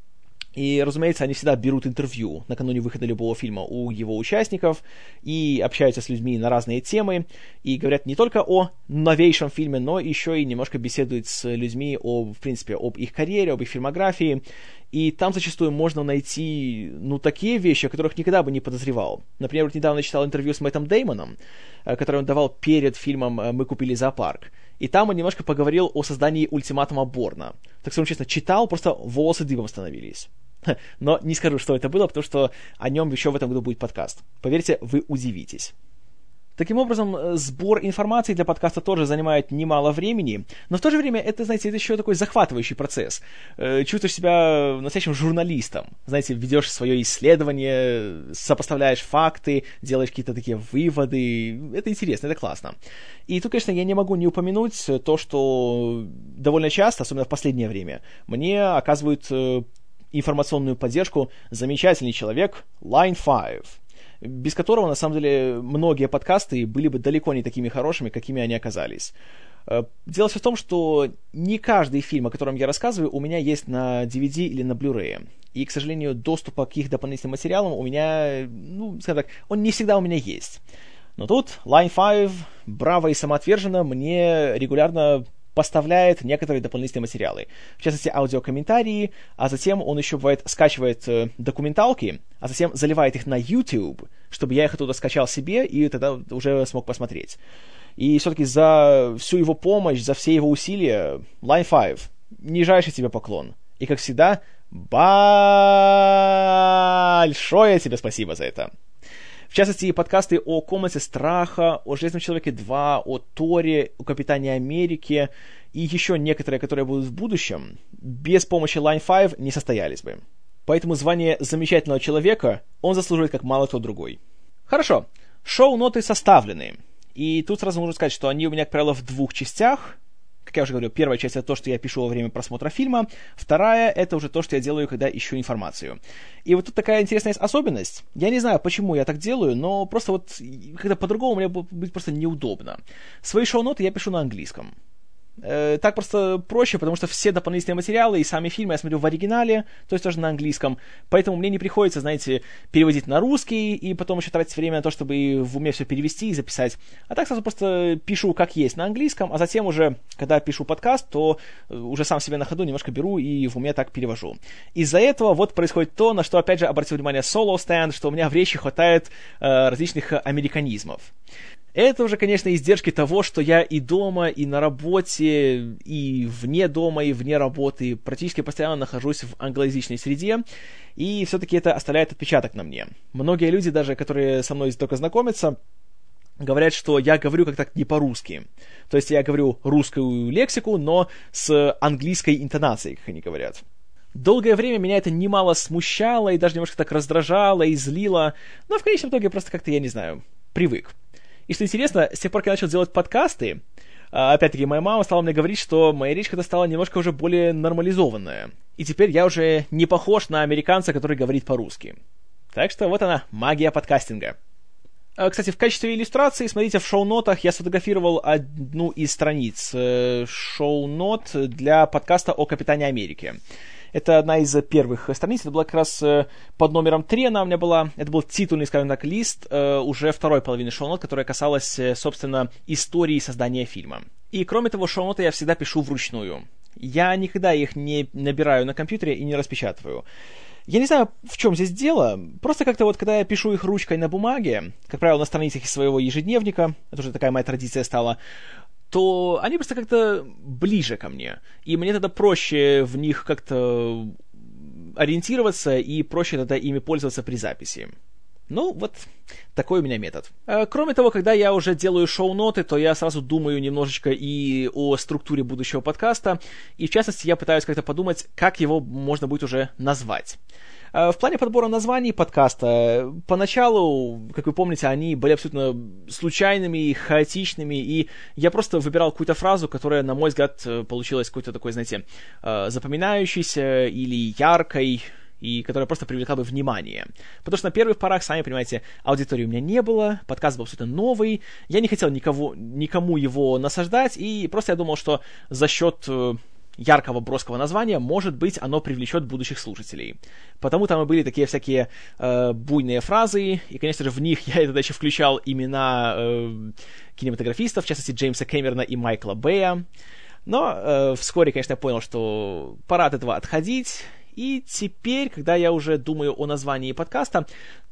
И, разумеется, они всегда берут интервью накануне выхода любого фильма у его участников и общаются с людьми на разные темы, и говорят не только о новейшем фильме, но еще и немножко беседуют с людьми в принципе, об их карьере, об их фильмографии. И там зачастую можно найти, такие вещи, о которых никогда бы не подозревал. Например, вот недавно читал интервью с Мэттом Деймоном, которое он давал перед фильмом «Мы купили зоопарк». И там он немножко поговорил о создании «Ультиматума Борна». Так скажем честно, читал, просто волосы дыбом становились. Но не скажу, что это было, потому что о нем еще в этом году будет подкаст. Поверьте, вы удивитесь. Таким образом, сбор информации для подкаста тоже занимает немало времени, но в то же время это, знаете, это еще такой захватывающий процесс. Чувствуешь себя настоящим журналистом. Знаете, ведешь свое исследование, сопоставляешь факты, делаешь какие-то такие выводы. Это интересно, это классно. И тут, конечно, я не могу не упомянуть то, что довольно часто, особенно в последнее время, мне оказывают информационную поддержку замечательный человек Line 5, без которого, на самом деле, многие подкасты были бы далеко не такими хорошими, какими они оказались. Дело все в том, что не каждый фильм, о котором я рассказываю, у меня есть на DVD или на Blu-ray. И, к сожалению, доступа к их дополнительным материалам у меня, скажем так, он не всегда у меня есть. Но тут Line 5, браво и самоотверженно, мне регулярно поставляет некоторые дополнительные материалы. В частности, аудиокомментарии, а затем он еще, бывает, скачивает документалки, а затем заливает их на YouTube, чтобы я их оттуда скачал себе и тогда уже смог посмотреть. И все-таки за всю его помощь, за все его усилия, Line 5, нижайший тебе поклон. И, как всегда, большое тебе спасибо за это. В частности, подкасты о «Комнате страха», о «Железном человеке 2», о «Торе», о «Капитане Америки» и еще некоторые, которые будут в будущем, без помощи Line 5 не состоялись бы. Поэтому звание замечательного человека он заслуживает как мало кто другой. Хорошо, шоу-ноты составлены. И тут сразу можно сказать, что они у меня, как правило, в двух частях. Как я уже говорил, первая часть — это то, что я пишу во время просмотра фильма. Вторая — это уже то, что я делаю, когда ищу информацию. И вот тут такая интересная особенность. Я не знаю, почему я так делаю, но просто вот когда по-другому мне будет просто неудобно. Свои шоу-ноты я пишу на английском. Так просто проще, потому что все дополнительные материалы и сами фильмы я смотрю в оригинале, то есть тоже на английском, поэтому мне не приходится, знаете, переводить на русский и потом еще тратить время на то, чтобы в уме все перевести и записать. А так сразу просто пишу как есть на английском, а затем уже, когда пишу подкаст, то уже сам себе на ходу немножко беру и в уме так перевожу. Из-за этого вот происходит то, на что, опять же, обратил внимание Solo Stand, что у меня в речи хватает различных американизмов. Это уже, конечно, издержки того, что я и дома, и на работе, и вне дома, и вне работы практически постоянно нахожусь в англоязычной среде, и все-таки это оставляет отпечаток на мне. Многие люди, даже которые со мной только знакомятся, говорят, что я говорю как-то не по-русски. То есть я говорю русскую лексику, но с английской интонацией, как они говорят. Долгое время меня это немало смущало и даже немножко так раздражало и злило, но в конечном итоге просто как-то, я не знаю, привык. И что интересно, с тех пор, как я начал делать подкасты, опять-таки, моя мама стала мне говорить, что моя речь когда стала немножко уже более нормализованная. И теперь я уже не похож на американца, который говорит по-русски. Так что вот она, магия подкастинга. Кстати, в качестве иллюстрации, смотрите, в шоу-нотах я сфотографировал одну из страниц шоу-нот для подкаста о Капитане Америки. Это одна из первых страниц, это была как раз под номером 3 она у меня была, это был титульный, скажем так, лист уже второй половины шоу-нот, которая касалась, собственно, истории создания фильма. И кроме того, шоу-ноты я всегда пишу вручную. Я никогда их не набираю на компьютере и не распечатываю. Я не знаю, в чем здесь дело, просто как-то вот, когда я пишу их ручкой на бумаге, как правило, на страницах из своего ежедневника, это уже такая моя традиция стала, то они просто как-то ближе ко мне. И мне тогда проще в них как-то ориентироваться и проще тогда ими пользоваться при записи. Ну, вот такой у меня метод. Кроме того, когда я уже делаю шоу-ноты, то я сразу думаю немножечко и о структуре будущего подкаста, и в частности я пытаюсь как-то подумать, как его можно будет уже назвать. В плане подбора названий подкаста, поначалу, как вы помните, они были абсолютно случайными, хаотичными, и я просто выбирал какую-то фразу, которая, на мой взгляд, получилась какой-то такой, знаете, запоминающейся или яркой, и которая просто привлекла бы внимание. Потому что на первых порах, сами понимаете, аудитории у меня не было, подкаст был абсолютно новый, я не хотел никому его насаждать, и просто я думал, что за счет яркого, броского названия, может быть, оно привлечет будущих слушателей. Потому там и были такие всякие буйные фразы, и, конечно же, в них я тогда еще включал имена кинематографистов, в частности, Джеймса Кэмерона и Майкла Бэя. Но вскоре, конечно, я понял, что пора от этого отходить, и теперь, когда я уже думаю о названии подкаста,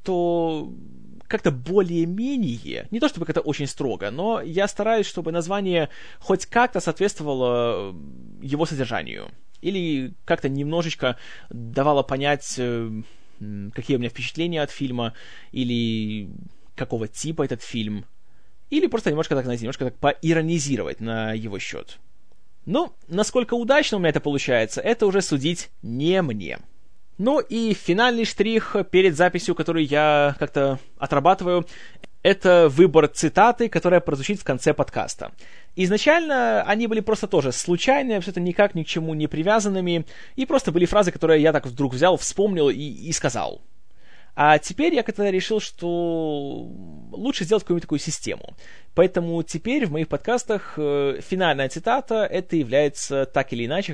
то как-то более-менее, не то чтобы как-то очень строго, но я стараюсь, чтобы название хоть как-то соответствовало его содержанию. Или как-то немножечко давало понять, какие у меня впечатления от фильма, или какого типа этот фильм. Или просто немножко так, знаете, немножко так поиронизировать на его счет. Ну, насколько удачно у меня это получается, это уже судить не мне. Ну и финальный штрих перед записью, который я как-то отрабатываю, это выбор цитаты, которая прозвучит в конце подкаста. Изначально они были просто тоже случайные, абсолютно никак ни к чему не привязанными, и просто были фразы, которые я так вдруг взял, вспомнил и сказал. А теперь я как-то решил, что лучше сделать какую-нибудь такую систему. Поэтому теперь в моих подкастах финальная цитата это является так или иначе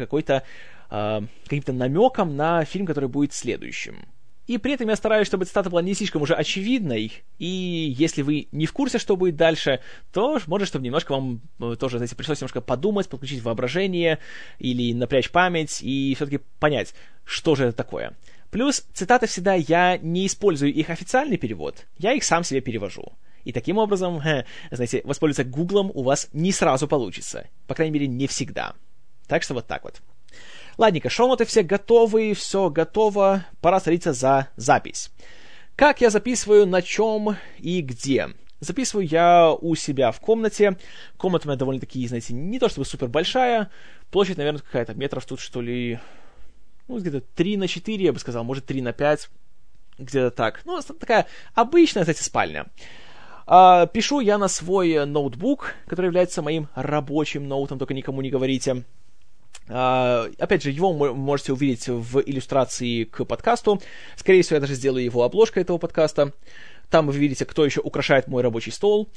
каким-то намеком на фильм, который будет следующим. И при этом я стараюсь, чтобы цитата была не слишком уже очевидной, и если вы не в курсе, что будет дальше, то может, чтобы немножко вам тоже, знаете, пришлось немножко подумать, подключить воображение или напрячь память и все-таки понять, что же это такое. Плюс цитаты всегда я не использую их официальный перевод, я их сам себе перевожу. И таким образом, знаете, воспользоваться гуглом у вас не сразу получится. По крайней мере, не всегда. Так что вот так вот. Ладненько, шоу-ноты все готовы, все готово, пора садиться за запись. Как я записываю, на чем и где? Записываю я у себя в комнате. Комната у меня довольно-таки, знаете, не то чтобы супер большая. Площадь, наверное, какая-то метров тут, что ли, ну, где-то 3x4, я бы сказал, может, 3x5, где-то так. Ну, такая обычная, знаете, спальня. Пишу я на свой ноутбук, который является моим рабочим ноутом, только никому не говорите. Опять же, его вы можете увидеть в иллюстрации к подкасту. Скорее всего, я даже сделаю его обложкой этого подкаста. Там вы видите, кто еще украшает мой рабочий стол.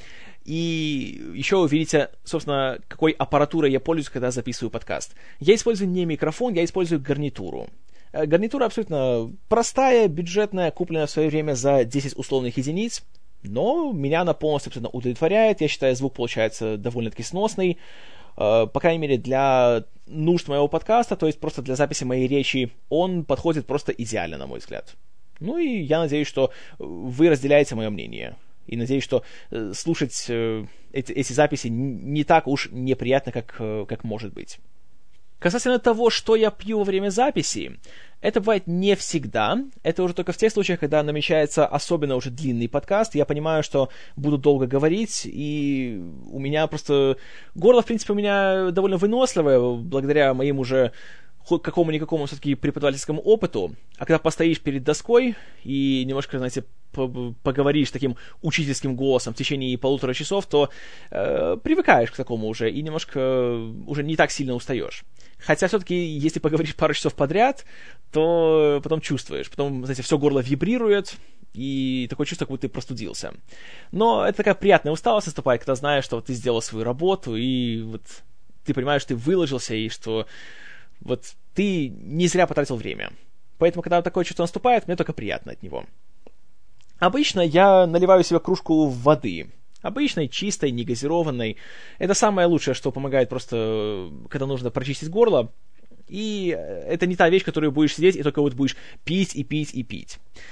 И еще вы видите, собственно, какой аппаратурой я пользуюсь, когда записываю подкаст. Я использую не микрофон, я использую гарнитуру. Гарнитура абсолютно простая, бюджетная, купленная в свое время за 10 условных единиц. Но меня она полностью абсолютно удовлетворяет. Я считаю, звук получается довольно-таки сносный. По крайней мере, для нужд моего подкаста, то есть просто для записи моей речи, он подходит просто идеально, на мой взгляд. Ну и я надеюсь, что вы разделяете мое мнение. И надеюсь, что слушать эти записи не так уж неприятно, как может быть. Касательно того, что я пью во время записи, это бывает не всегда. Это уже только в тех случаях, когда намечается особенно уже длинный подкаст. Я понимаю, что буду долго говорить, и у меня просто... Горло, в принципе, у меня довольно выносливое, благодаря моим уже какому-никакому все-таки преподавательскому опыту. А когда постоишь перед доской и немножко, знаете, поговоришь таким учительским голосом в течение 1,5 часов, то привыкаешь к такому уже и немножко уже не так сильно устаешь. Хотя все-таки, если поговоришь пару часов подряд, то потом чувствуешь. Потом, знаете, все горло вибрирует, и такое чувство, как будто ты простудился. Но это такая приятная усталость наступает, когда знаешь, что вот ты сделал свою работу, и вот ты понимаешь, что ты выложился, и что вот ты не зря потратил время. Поэтому, когда такое чувство наступает, мне только приятно от него. Обычно я наливаю себе кружку воды. Обычной, чистой, негазированной. Это самое лучшее, что помогает просто, когда нужно прочистить горло. И это не та вещь, которую будешь сидеть и только вот будешь пить и пить и пить.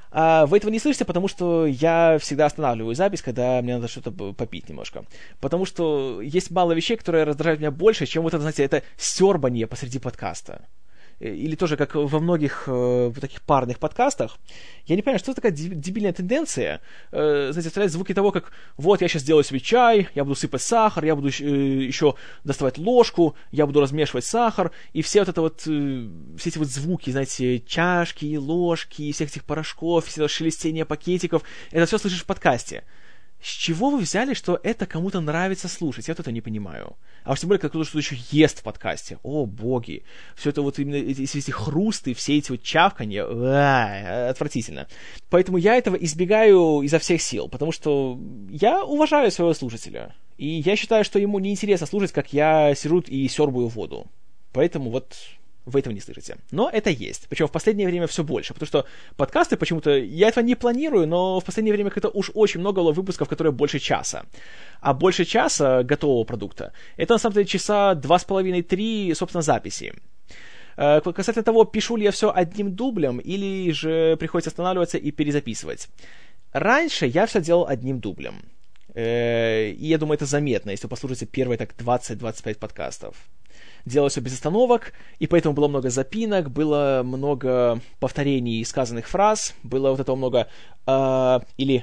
А вы этого не слышите, потому что я всегда останавливаю запись, когда мне надо что-то попить немножко. Потому что есть мало вещей, которые раздражают меня больше, чем вот это, знаете, это сёрбанье посреди подкаста. Или тоже, как во многих таких парных подкастах, я не понимаю, что это такая дебильная тенденция, знаете, вставлять звуки того, как вот я сейчас сделаю себе чай, я буду сыпать сахар, я буду еще доставать ложку, я буду размешивать сахар, и все вот это вот, все эти вот звуки, знаете, чашки, ложки, всех этих порошков, все это шелестение пакетиков, это все слышишь в подкасте. С чего вы взяли, что это кому-то нравится слушать? Я вот это не понимаю. А уж тем более, когда кто-то что-то еще ест в подкасте. О, боги. Все это вот именно эти хрусты, все эти вот чавканья. Отвратительно. Поэтому я этого избегаю изо всех сил, потому что я уважаю своего слушателя. И я считаю, что ему неинтересно слушать, как я сижу и сёрбаю воду. Поэтому вот... Вы этого не слышите. Но это есть. Причем в последнее время все больше. Потому что подкасты почему-то... Я этого не планирую, но в последнее время как-то уж очень много было выпусков, которые больше часа. А больше часа готового продукта. Это на самом деле часа 2,5-3, собственно, записи. Касательно того, пишу ли я все одним дублем, или же приходится останавливаться и перезаписывать. Раньше я все делал одним дублем. И я думаю, это заметно, если вы послушаете первые так 20-25 подкастов. Делалось все без остановок, и поэтому было много запинок, было много повторений сказанных фраз, было вот этого много или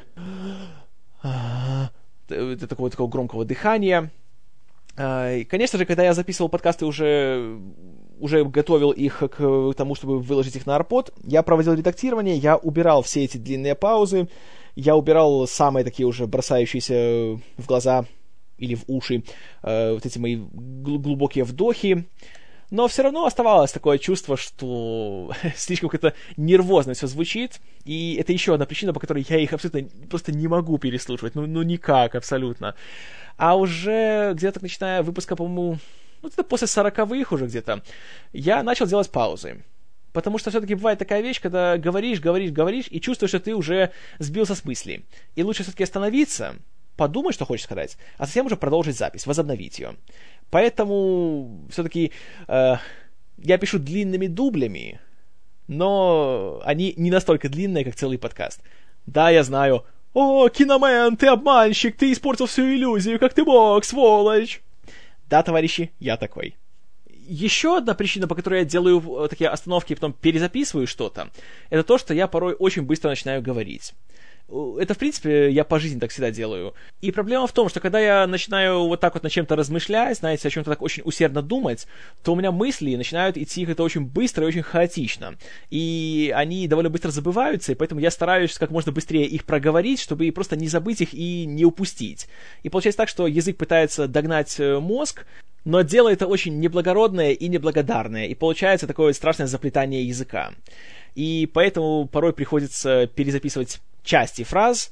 такого громкого дыхания. И, конечно же, когда я записывал подкасты, уже готовил их к тому, чтобы выложить их на AirPod, я проводил редактирование, я убирал все эти длинные паузы, я убирал самые такие уже бросающиеся в глаза или в уши вот эти мои глубокие вдохи. Но все равно оставалось такое чувство, что слишком как-то нервозно все звучит. И это еще одна причина, по которой я их абсолютно просто не могу переслушивать. Ну никак, абсолютно. А уже где-то начиная выпуска, по-моему, где-то после 40-х уже где-то, я начал делать паузы. Потому что все-таки бывает такая вещь, когда говоришь, и чувствуешь, что ты уже сбился с мысли. И лучше все-таки остановиться, подумать, что хочешь сказать, а затем уже продолжить запись, возобновить ее. Поэтому все-таки я пишу длинными дублями, но они не настолько длинные, как целый подкаст. Да, я знаю. О, Киномен, ты обманщик, ты испортил всю иллюзию, как ты мог, сволочь. Да, товарищи, я такой. Еще одна причина, по которой я делаю такие остановки и потом перезаписываю что-то, это то, что я порой очень быстро начинаю говорить. Это, в принципе, я по жизни так всегда делаю. И проблема в том, что когда я начинаю вот так вот над чем-то размышлять, знаете, о чем-то так очень усердно думать, то у меня мысли начинают идти как-то очень быстро и очень хаотично. И они довольно быстро забываются, и поэтому я стараюсь как можно быстрее их проговорить, чтобы просто не забыть их и не упустить. И получается так, что язык пытается догнать мозг, но дело это очень неблагородное и неблагодарное, и получается такое страшное заплетание языка. И поэтому порой приходится перезаписывать части фраз,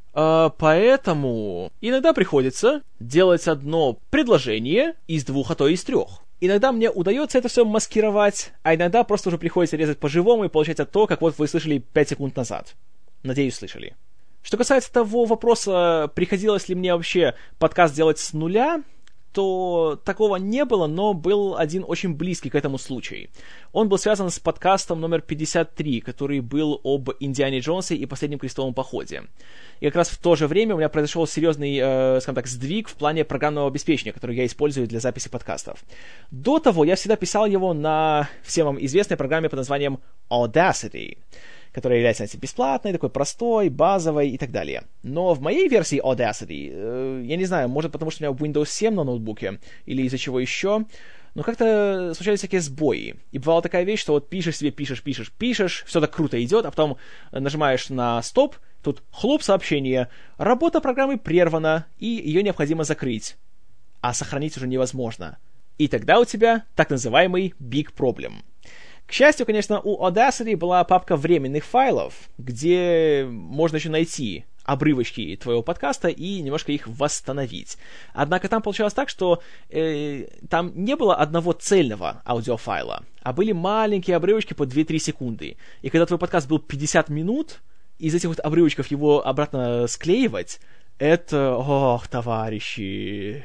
поэтому иногда приходится делать одно предложение из 2, а то и из 3. Иногда мне удается это все маскировать, а иногда просто уже приходится резать по-живому, и получается то, как вот вы слышали 5 секунд назад. Надеюсь, слышали. Что касается того вопроса, приходилось ли мне вообще подкаст делать с нуля, то такого не было, но был один очень близкий к этому случай. Он был связан с подкастом номер 53, который был об Индиане Джонсе и последнем крестовом походе. И как раз в то же время у меня произошел серьезный, скажем так, сдвиг в плане программного обеспечения, которое я использую для записи подкастов. До того я всегда писал его на всем вам известной программе под названием Audacity, которая является, знаете, бесплатной, такой простой, базовой и так далее. Но в моей версии Audacity, я не знаю, может потому, что у меня Windows 7 на ноутбуке, или из-за чего еще, но как-то случались всякие сбои. И бывала такая вещь, что вот пишешь себе, пишешь, все так круто идет, а потом нажимаешь на стоп, тут хлоп, сообщение, работа программы прервана, и ее необходимо закрыть. А сохранить уже невозможно. И тогда у тебя так называемый Big Problem. К счастью, конечно, у Audacity была папка временных файлов, где можно еще найти обрывочки твоего подкаста и немножко их восстановить. Однако там получалось так, что там не было одного цельного аудиофайла, а были маленькие обрывочки по 2-3 секунды. И когда твой подкаст был 50 минут, из этих вот обрывочков его обратно склеивать, это... Ох, товарищи!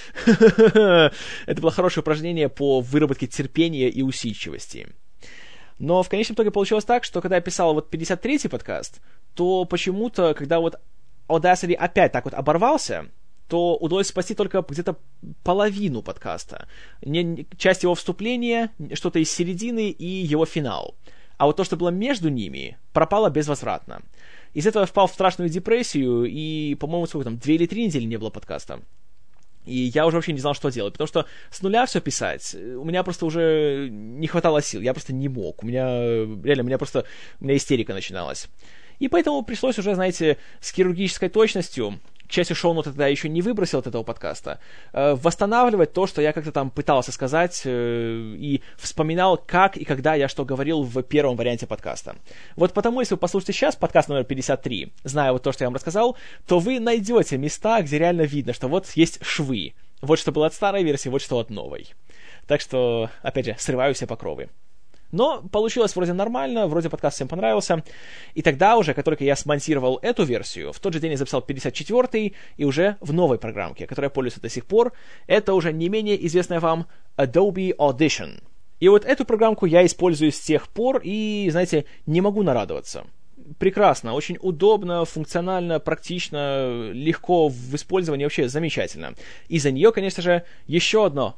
Это было хорошее упражнение по выработке терпения и усидчивости. Но в конечном итоге получилось так, что когда я писал вот 53-й подкаст, то почему-то, когда вот Audacity опять так вот оборвался, то удалось спасти только где-то половину подкаста. Часть его вступления, что-то из середины и его финал. А вот то, что было между ними, пропало безвозвратно. Из этого я впал в страшную депрессию, и, по-моему, сколько там, 2 или 3 недели не было подкаста. И я уже вообще не знал, что делать, потому что с нуля все писать, у меня просто уже не хватало сил, я просто не мог. У меня истерика начиналась. И поэтому пришлось уже, знаете, с хирургической точностью, к счастью, шоу-ноты тогда еще не выбросил от этого подкаста, восстанавливать то, что я как-то там пытался сказать, и вспоминал, как и когда я что говорил в первом варианте подкаста. Вот потому, если вы послушаете сейчас подкаст номер 53, зная вот то, что я вам рассказал, то вы найдете места, где реально видно, что вот есть швы. Вот что было от старой версии, вот что от новой. Так что, опять же, срываю все покровы. Но получилось вроде нормально, вроде подкаст всем понравился. И тогда уже, как только я смонтировал эту версию, в тот же день я записал 54-й, и уже в новой программке, которой я пользуюсь до сих пор, это уже не менее известная вам Adobe Audition. И вот эту программку я использую с тех пор, и, знаете, не могу нарадоваться. Прекрасно, очень удобно, функционально, практично, легко в использовании, вообще замечательно. И за нее, конечно же, еще одно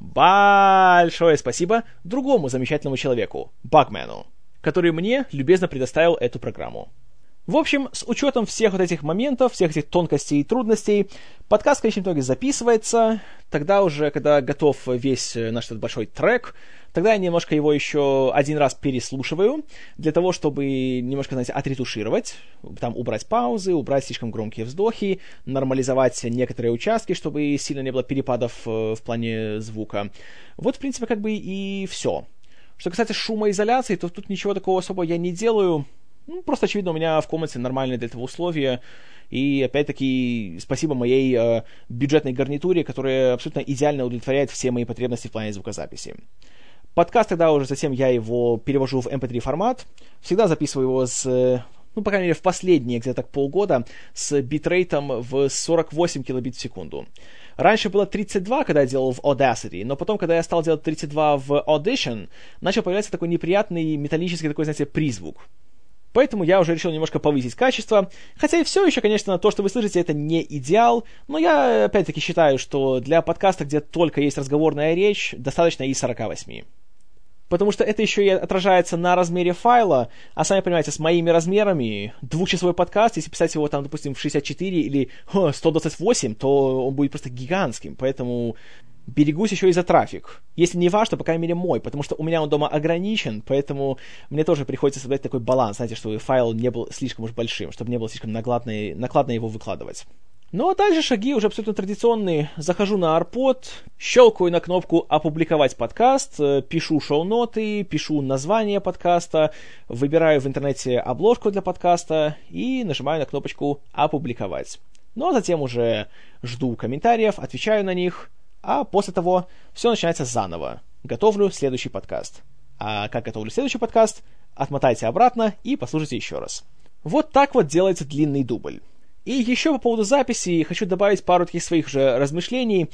большое спасибо другому замечательному человеку, Багмену, который мне любезно предоставил эту программу. В общем, с учетом всех вот этих моментов, всех этих тонкостей и трудностей, подкаст в конечном итоге записывается. Тогда уже, когда готов весь наш этот большой трек, тогда я немножко его еще один раз переслушиваю, для того, чтобы немножко, знаете, отретушировать, там убрать паузы, убрать слишком громкие вздохи, нормализовать некоторые участки, чтобы сильно не было перепадов в плане звука. Вот, в принципе, как бы и все. Что касается шумоизоляции, то тут ничего такого особо я не делаю. Просто, очевидно, у меня в комнате нормальные для этого условия. И, опять-таки, спасибо моей бюджетной гарнитуре, которая абсолютно идеально удовлетворяет все мои потребности в плане звукозаписи. Подкаст тогда уже затем я его перевожу в MP3 формат. Всегда записываю его по крайней мере, в последние где-то полгода с битрейтом в 48 килобит в секунду. Раньше было 32, когда я делал в Audacity, но потом, когда я стал делать 32 в Audition, начал появляться такой неприятный металлический такой, знаете, призвук. Поэтому я уже решил немножко повысить качество. Хотя и все еще, конечно, то, что вы слышите, это не идеал. Но я, опять-таки, считаю, что для подкаста, где только есть разговорная речь, достаточно и 48. Потому что это еще и отражается на размере файла. А сами понимаете, с моими размерами, двухчасовой подкаст, если писать его, там, допустим, в 64 или 128, то он будет просто гигантским. Поэтому берегусь еще и за трафик. Если не ваш, то, по крайней мере, мой, потому что у меня он дома ограничен, поэтому мне тоже приходится соблюдать такой баланс, знаете, чтобы файл не был слишком уж большим, чтобы не было слишком накладно его выкладывать. Ну а дальше шаги уже абсолютно традиционные. Захожу на Arpod, щелкаю на кнопку «Опубликовать подкаст», пишу шоу-ноты, пишу название подкаста, выбираю в интернете обложку для подкаста и нажимаю на кнопочку «Опубликовать». Ну а затем уже жду комментариев, отвечаю на них, а после того все начинается заново. Готовлю следующий подкаст. А как готовлю следующий подкаст, отмотайте обратно и послушайте еще раз. Вот так вот делается длинный дубль. И еще по поводу записи хочу добавить пару таких своих же размышлений.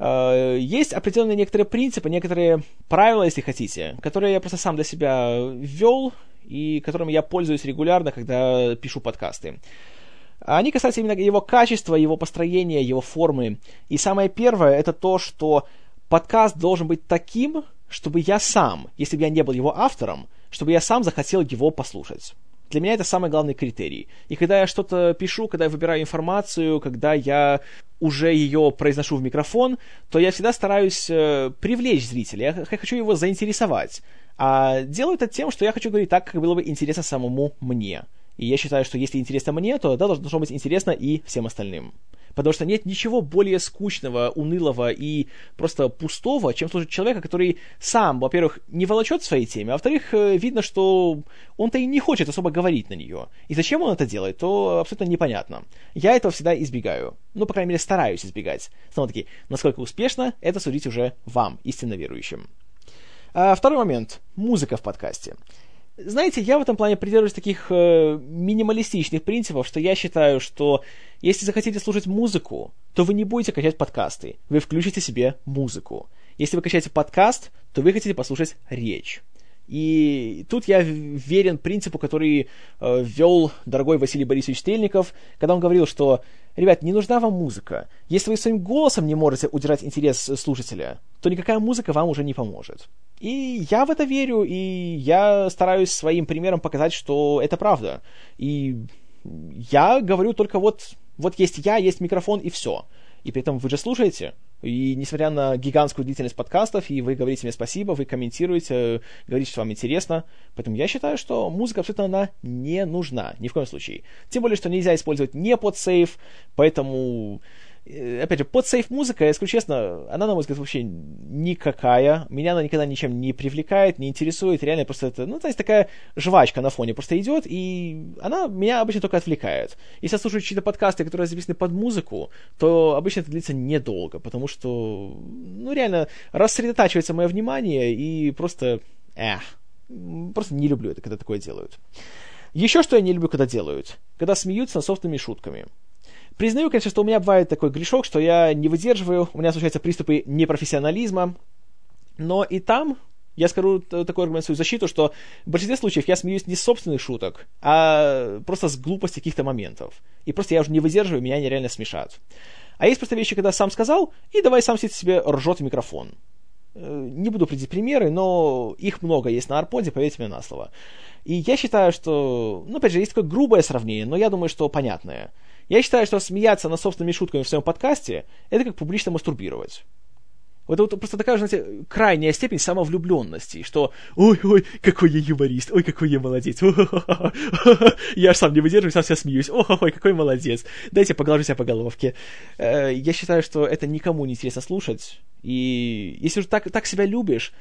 Есть определенные некоторые принципы, некоторые правила, если хотите, которые я просто сам для себя ввел и которыми я пользуюсь регулярно, когда пишу подкасты. Они касаются именно его качества, его построения, его формы. И самое первое, это то, что подкаст должен быть таким, чтобы я сам, если бы я не был его автором, чтобы я сам захотел его послушать. Для меня это самый главный критерий. И когда я что-то пишу, когда я выбираю информацию, когда я уже ее произношу в микрофон, то я всегда стараюсь привлечь зрителя, я хочу его заинтересовать. А делаю это тем, что я хочу говорить так, как было бы интересно самому мне. И я считаю, что если интересно мне, то да, должно быть интересно и всем остальным. Потому что нет ничего более скучного, унылого и просто пустого, чем слушать человека, который сам, во-первых, не волочет в своей теме, а во-вторых, видно, что он-то и не хочет особо говорить на нее. И зачем он это делает, то абсолютно непонятно. Я этого всегда избегаю. Ну, по крайней мере, стараюсь избегать. Снова-таки, насколько успешно, это судить уже вам, истинно верующим. Второй момент. Музыка в подкасте. Знаете, я в этом плане придерживаюсь таких минималистичных принципов, что я считаю, что если захотите слушать музыку, то вы не будете качать подкасты, вы включите себе музыку. Если вы качаете подкаст, то вы хотите послушать речь. И тут я верен принципу, который ввел дорогой Василий Борисович Стрельников, когда он говорил, что, ребят, не нужна вам музыка. Если вы своим голосом не можете удержать интерес слушателя, то никакая музыка вам уже не поможет. И я в это верю, и я стараюсь своим примером показать, что это правда. И я говорю только вот есть я, есть микрофон, и все. И при этом вы же слушаете. И несмотря на гигантскую длительность подкастов, и вы говорите мне спасибо, вы комментируете, говорите, что вам интересно. Поэтому я считаю, что музыка абсолютно она не нужна. Ни в коем случае. Тем более, что нельзя использовать не подсейв. Поэтому, опять же, подсейв музыка, я скажу честно, она, на мой взгляд, вообще никакая. Меня она никогда ничем не привлекает, не интересует. Реально просто это, то есть такая жвачка на фоне просто идет, и она меня обычно только отвлекает. Если я слушаю чьи-то подкасты, которые записаны под музыку, то обычно это длится недолго, потому что, реально рассредотачивается мое внимание, и просто не люблю это, когда такое делают. Еще что я не люблю, когда делают? Когда смеются над собственными шутками. Признаю, конечно, что у меня бывает такой грешок, что я не выдерживаю, у меня случаются приступы непрофессионализма, но и там я скажу такой аргумент в свою защиту, что в большинстве случаев я смеюсь не с собственных шуток, а просто с глупости каких-то моментов. И просто я уже не выдерживаю, меня нереально смешат. А есть просто вещи, когда сам сказал, и давай сам себе ржет в микрофон. Не буду приводить примеры, но их много есть на Арподе, поверьте мне на слово. И я считаю, что, опять же, есть такое грубое сравнение, но я думаю, что понятное. Я считаю, что смеяться над собственными шутками в своем подкасте — это как публично мастурбировать. Вот это вот просто такая, знаете, крайняя степень самовлюбленности, что «Ой, какой я юморист, ой, какой я молодец, я аж сам не выдерживаю, сам себя смеюсь, ой, какой молодец, дайте поглажу себя по головке». Я считаю, что это никому не интересно слушать, и если уже так себя любишь,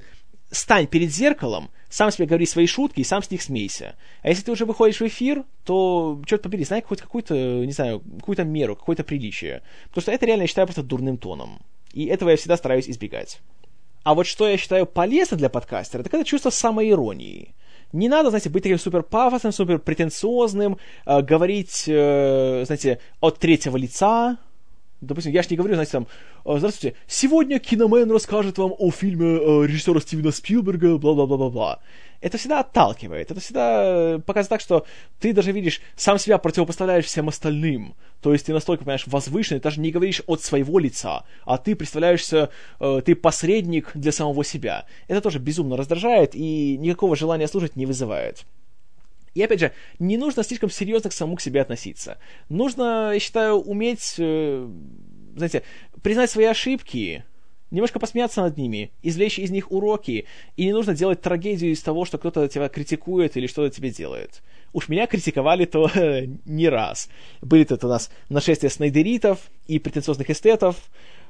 стань перед зеркалом, сам себе говори свои шутки и сам с них смейся. А если ты уже выходишь в эфир, то, черт побери, знай хоть какую-то, не знаю, какую-то меру, какое-то приличие. Потому что это реально я считаю просто дурным тоном. И этого я всегда стараюсь избегать. А вот что я считаю полезно для подкастера, так это чувство самоиронии. Не надо, знаете, быть таким супер пафосным, супер претенциозным, говорить, знаете, от третьего лица. Допустим, я ж не говорю, знаете, там, здравствуйте, сегодня Киномен расскажет вам о фильме режиссера Стивена Спилберга, бла-бла-бла-бла-бла. Это всегда отталкивает, это всегда показывает так, что ты даже видишь, сам себя противопоставляешь всем остальным. То есть ты настолько, понимаешь, возвышенный, ты даже не говоришь от своего лица, а ты представляешься, ты посредник для самого себя. Это тоже безумно раздражает и никакого желания слушать не вызывает. И опять же, не нужно слишком серьезно к самому к себе относиться. Нужно, я считаю, уметь, знаете, признать свои ошибки, немножко посмеяться над ними, извлечь из них уроки, и не нужно делать трагедию из того, что кто-то тебя критикует или что-то тебе делает. Уж меня критиковали-то не раз. Были тут у нас нашествия снайдеритов и претенциозных эстетов,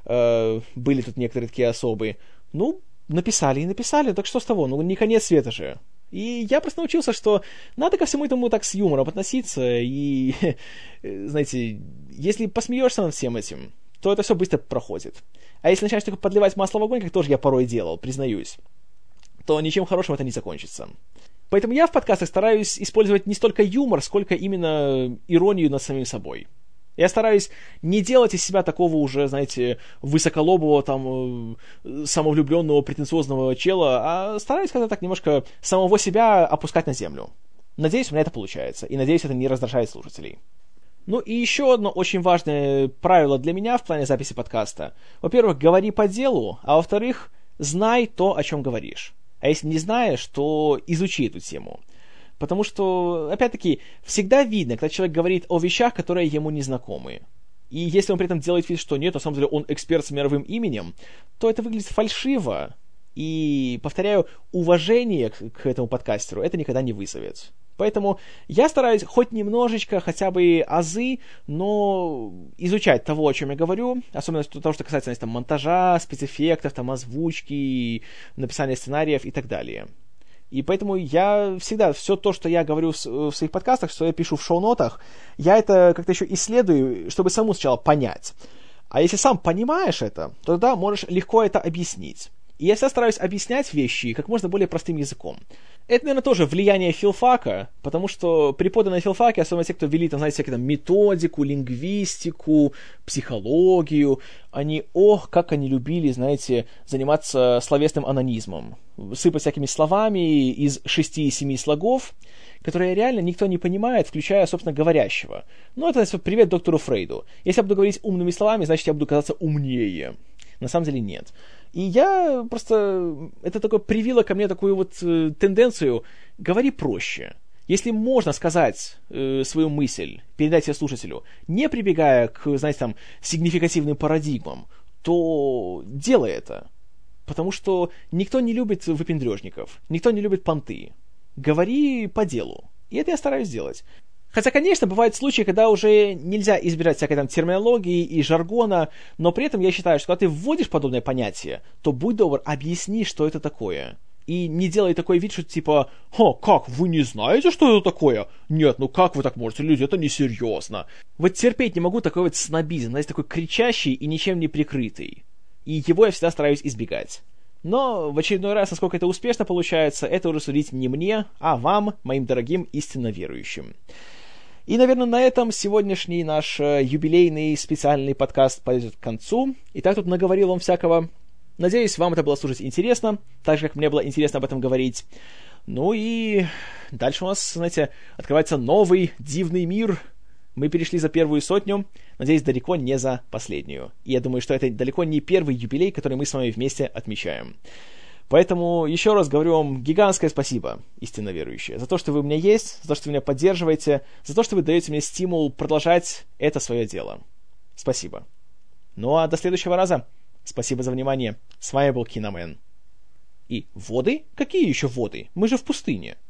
были тут некоторые такие особые. Написали и написали, так что с того? Не конец света же. И я просто научился, что надо ко всему этому так с юмором относиться, и, знаете, если посмеешься над всем этим, то это все быстро проходит. А если начинаешь только подливать масло в огонь, как тоже я порой делал, признаюсь, то ничем хорошим это не закончится. Поэтому я в подкастах стараюсь использовать не столько юмор, сколько именно иронию над самим собой. Я стараюсь не делать из себя такого уже, знаете, высоколобого, там, самовлюбленного, претенциозного чела, а стараюсь как-то так немножко самого себя опускать на землю. Надеюсь, у меня это получается, и надеюсь, это не раздражает слушателей. И еще одно очень важное правило для меня в плане записи подкаста. Во-первых, говори по делу, а во-вторых, знай то, о чем говоришь. А если не знаешь, то изучи эту тему. Потому что, опять-таки, всегда видно, когда человек говорит о вещах, которые ему не знакомы. И если он при этом делает вид, что нет, на самом деле он эксперт с мировым именем, то это выглядит фальшиво. И, повторяю, уважение к этому подкастеру это никогда не вызовет. Поэтому я стараюсь хоть немножечко, хотя бы азы, но изучать того, о чем я говорю, особенно того, что касается, знаете, монтажа, спецэффектов, озвучки, написания сценариев и так далее. И поэтому я всегда, все то, что я говорю в своих подкастах, что я пишу в шоу-нотах, я это как-то еще исследую, чтобы самому сначала понять. А если сам понимаешь это, то тогда можешь легко это объяснить. И я всегда стараюсь объяснять вещи как можно более простым языком. Это, наверное, тоже влияние филфака, потому что преподанные филфаки, особенно те, кто вели, там, знаете, всякие там методику, лингвистику, психологию, они, как они любили, знаете, заниматься словесным анонизмом. Сыпать всякими словами из 6 и 7 слогов, которые реально никто не понимает, включая, собственно, говорящего. Ну, это привет доктору Фрейду. Если я буду говорить умными словами, значит, я буду казаться умнее. На самом деле нет. И я просто... Это такое привило ко мне такую вот тенденцию. Говори проще. Если можно сказать свою мысль, передать ее слушателю, не прибегая к, знаете, там, сигнификативным парадигмам, то делай это. Потому что никто не любит выпендрежников, никто не любит понты. Говори по делу. И это я стараюсь делать. Хотя, конечно, бывают случаи, когда уже нельзя избежать всякой там терминологии и жаргона, но при этом я считаю, что когда ты вводишь подобное понятие, то будь добр, объясни, что это такое. И не делай такой вид, что типа, как, вы не знаете, что это такое? Нет, ну как вы так можете, люди, это несерьезно. Вот терпеть не могу такой вот снобизм, знаете, такой кричащий и ничем не прикрытый. И его я всегда стараюсь избегать. Но в очередной раз, насколько это успешно получается, это уже судить не мне, а вам, моим дорогим истинно верующим. И, наверное, на этом сегодняшний наш юбилейный специальный подкаст подойдет к концу. Итак, тут наговорил вам всякого. Надеюсь, вам это было слушать интересно, так же, как мне было интересно об этом говорить. Ну и дальше у нас, знаете, открывается новый дивный мир. Мы перешли за первую 100, надеюсь, далеко не за последнюю. И я думаю, что это далеко не первый юбилей, который мы с вами вместе отмечаем. Поэтому еще раз говорю вам гигантское спасибо, истинно верующие, за то, что вы у меня есть, за то, что вы меня поддерживаете, за то, что вы даете мне стимул продолжать это свое дело. Спасибо. Ну а до следующего раза. Спасибо за внимание. С вами был Киномен. И воды? Какие еще воды? Мы же в пустыне.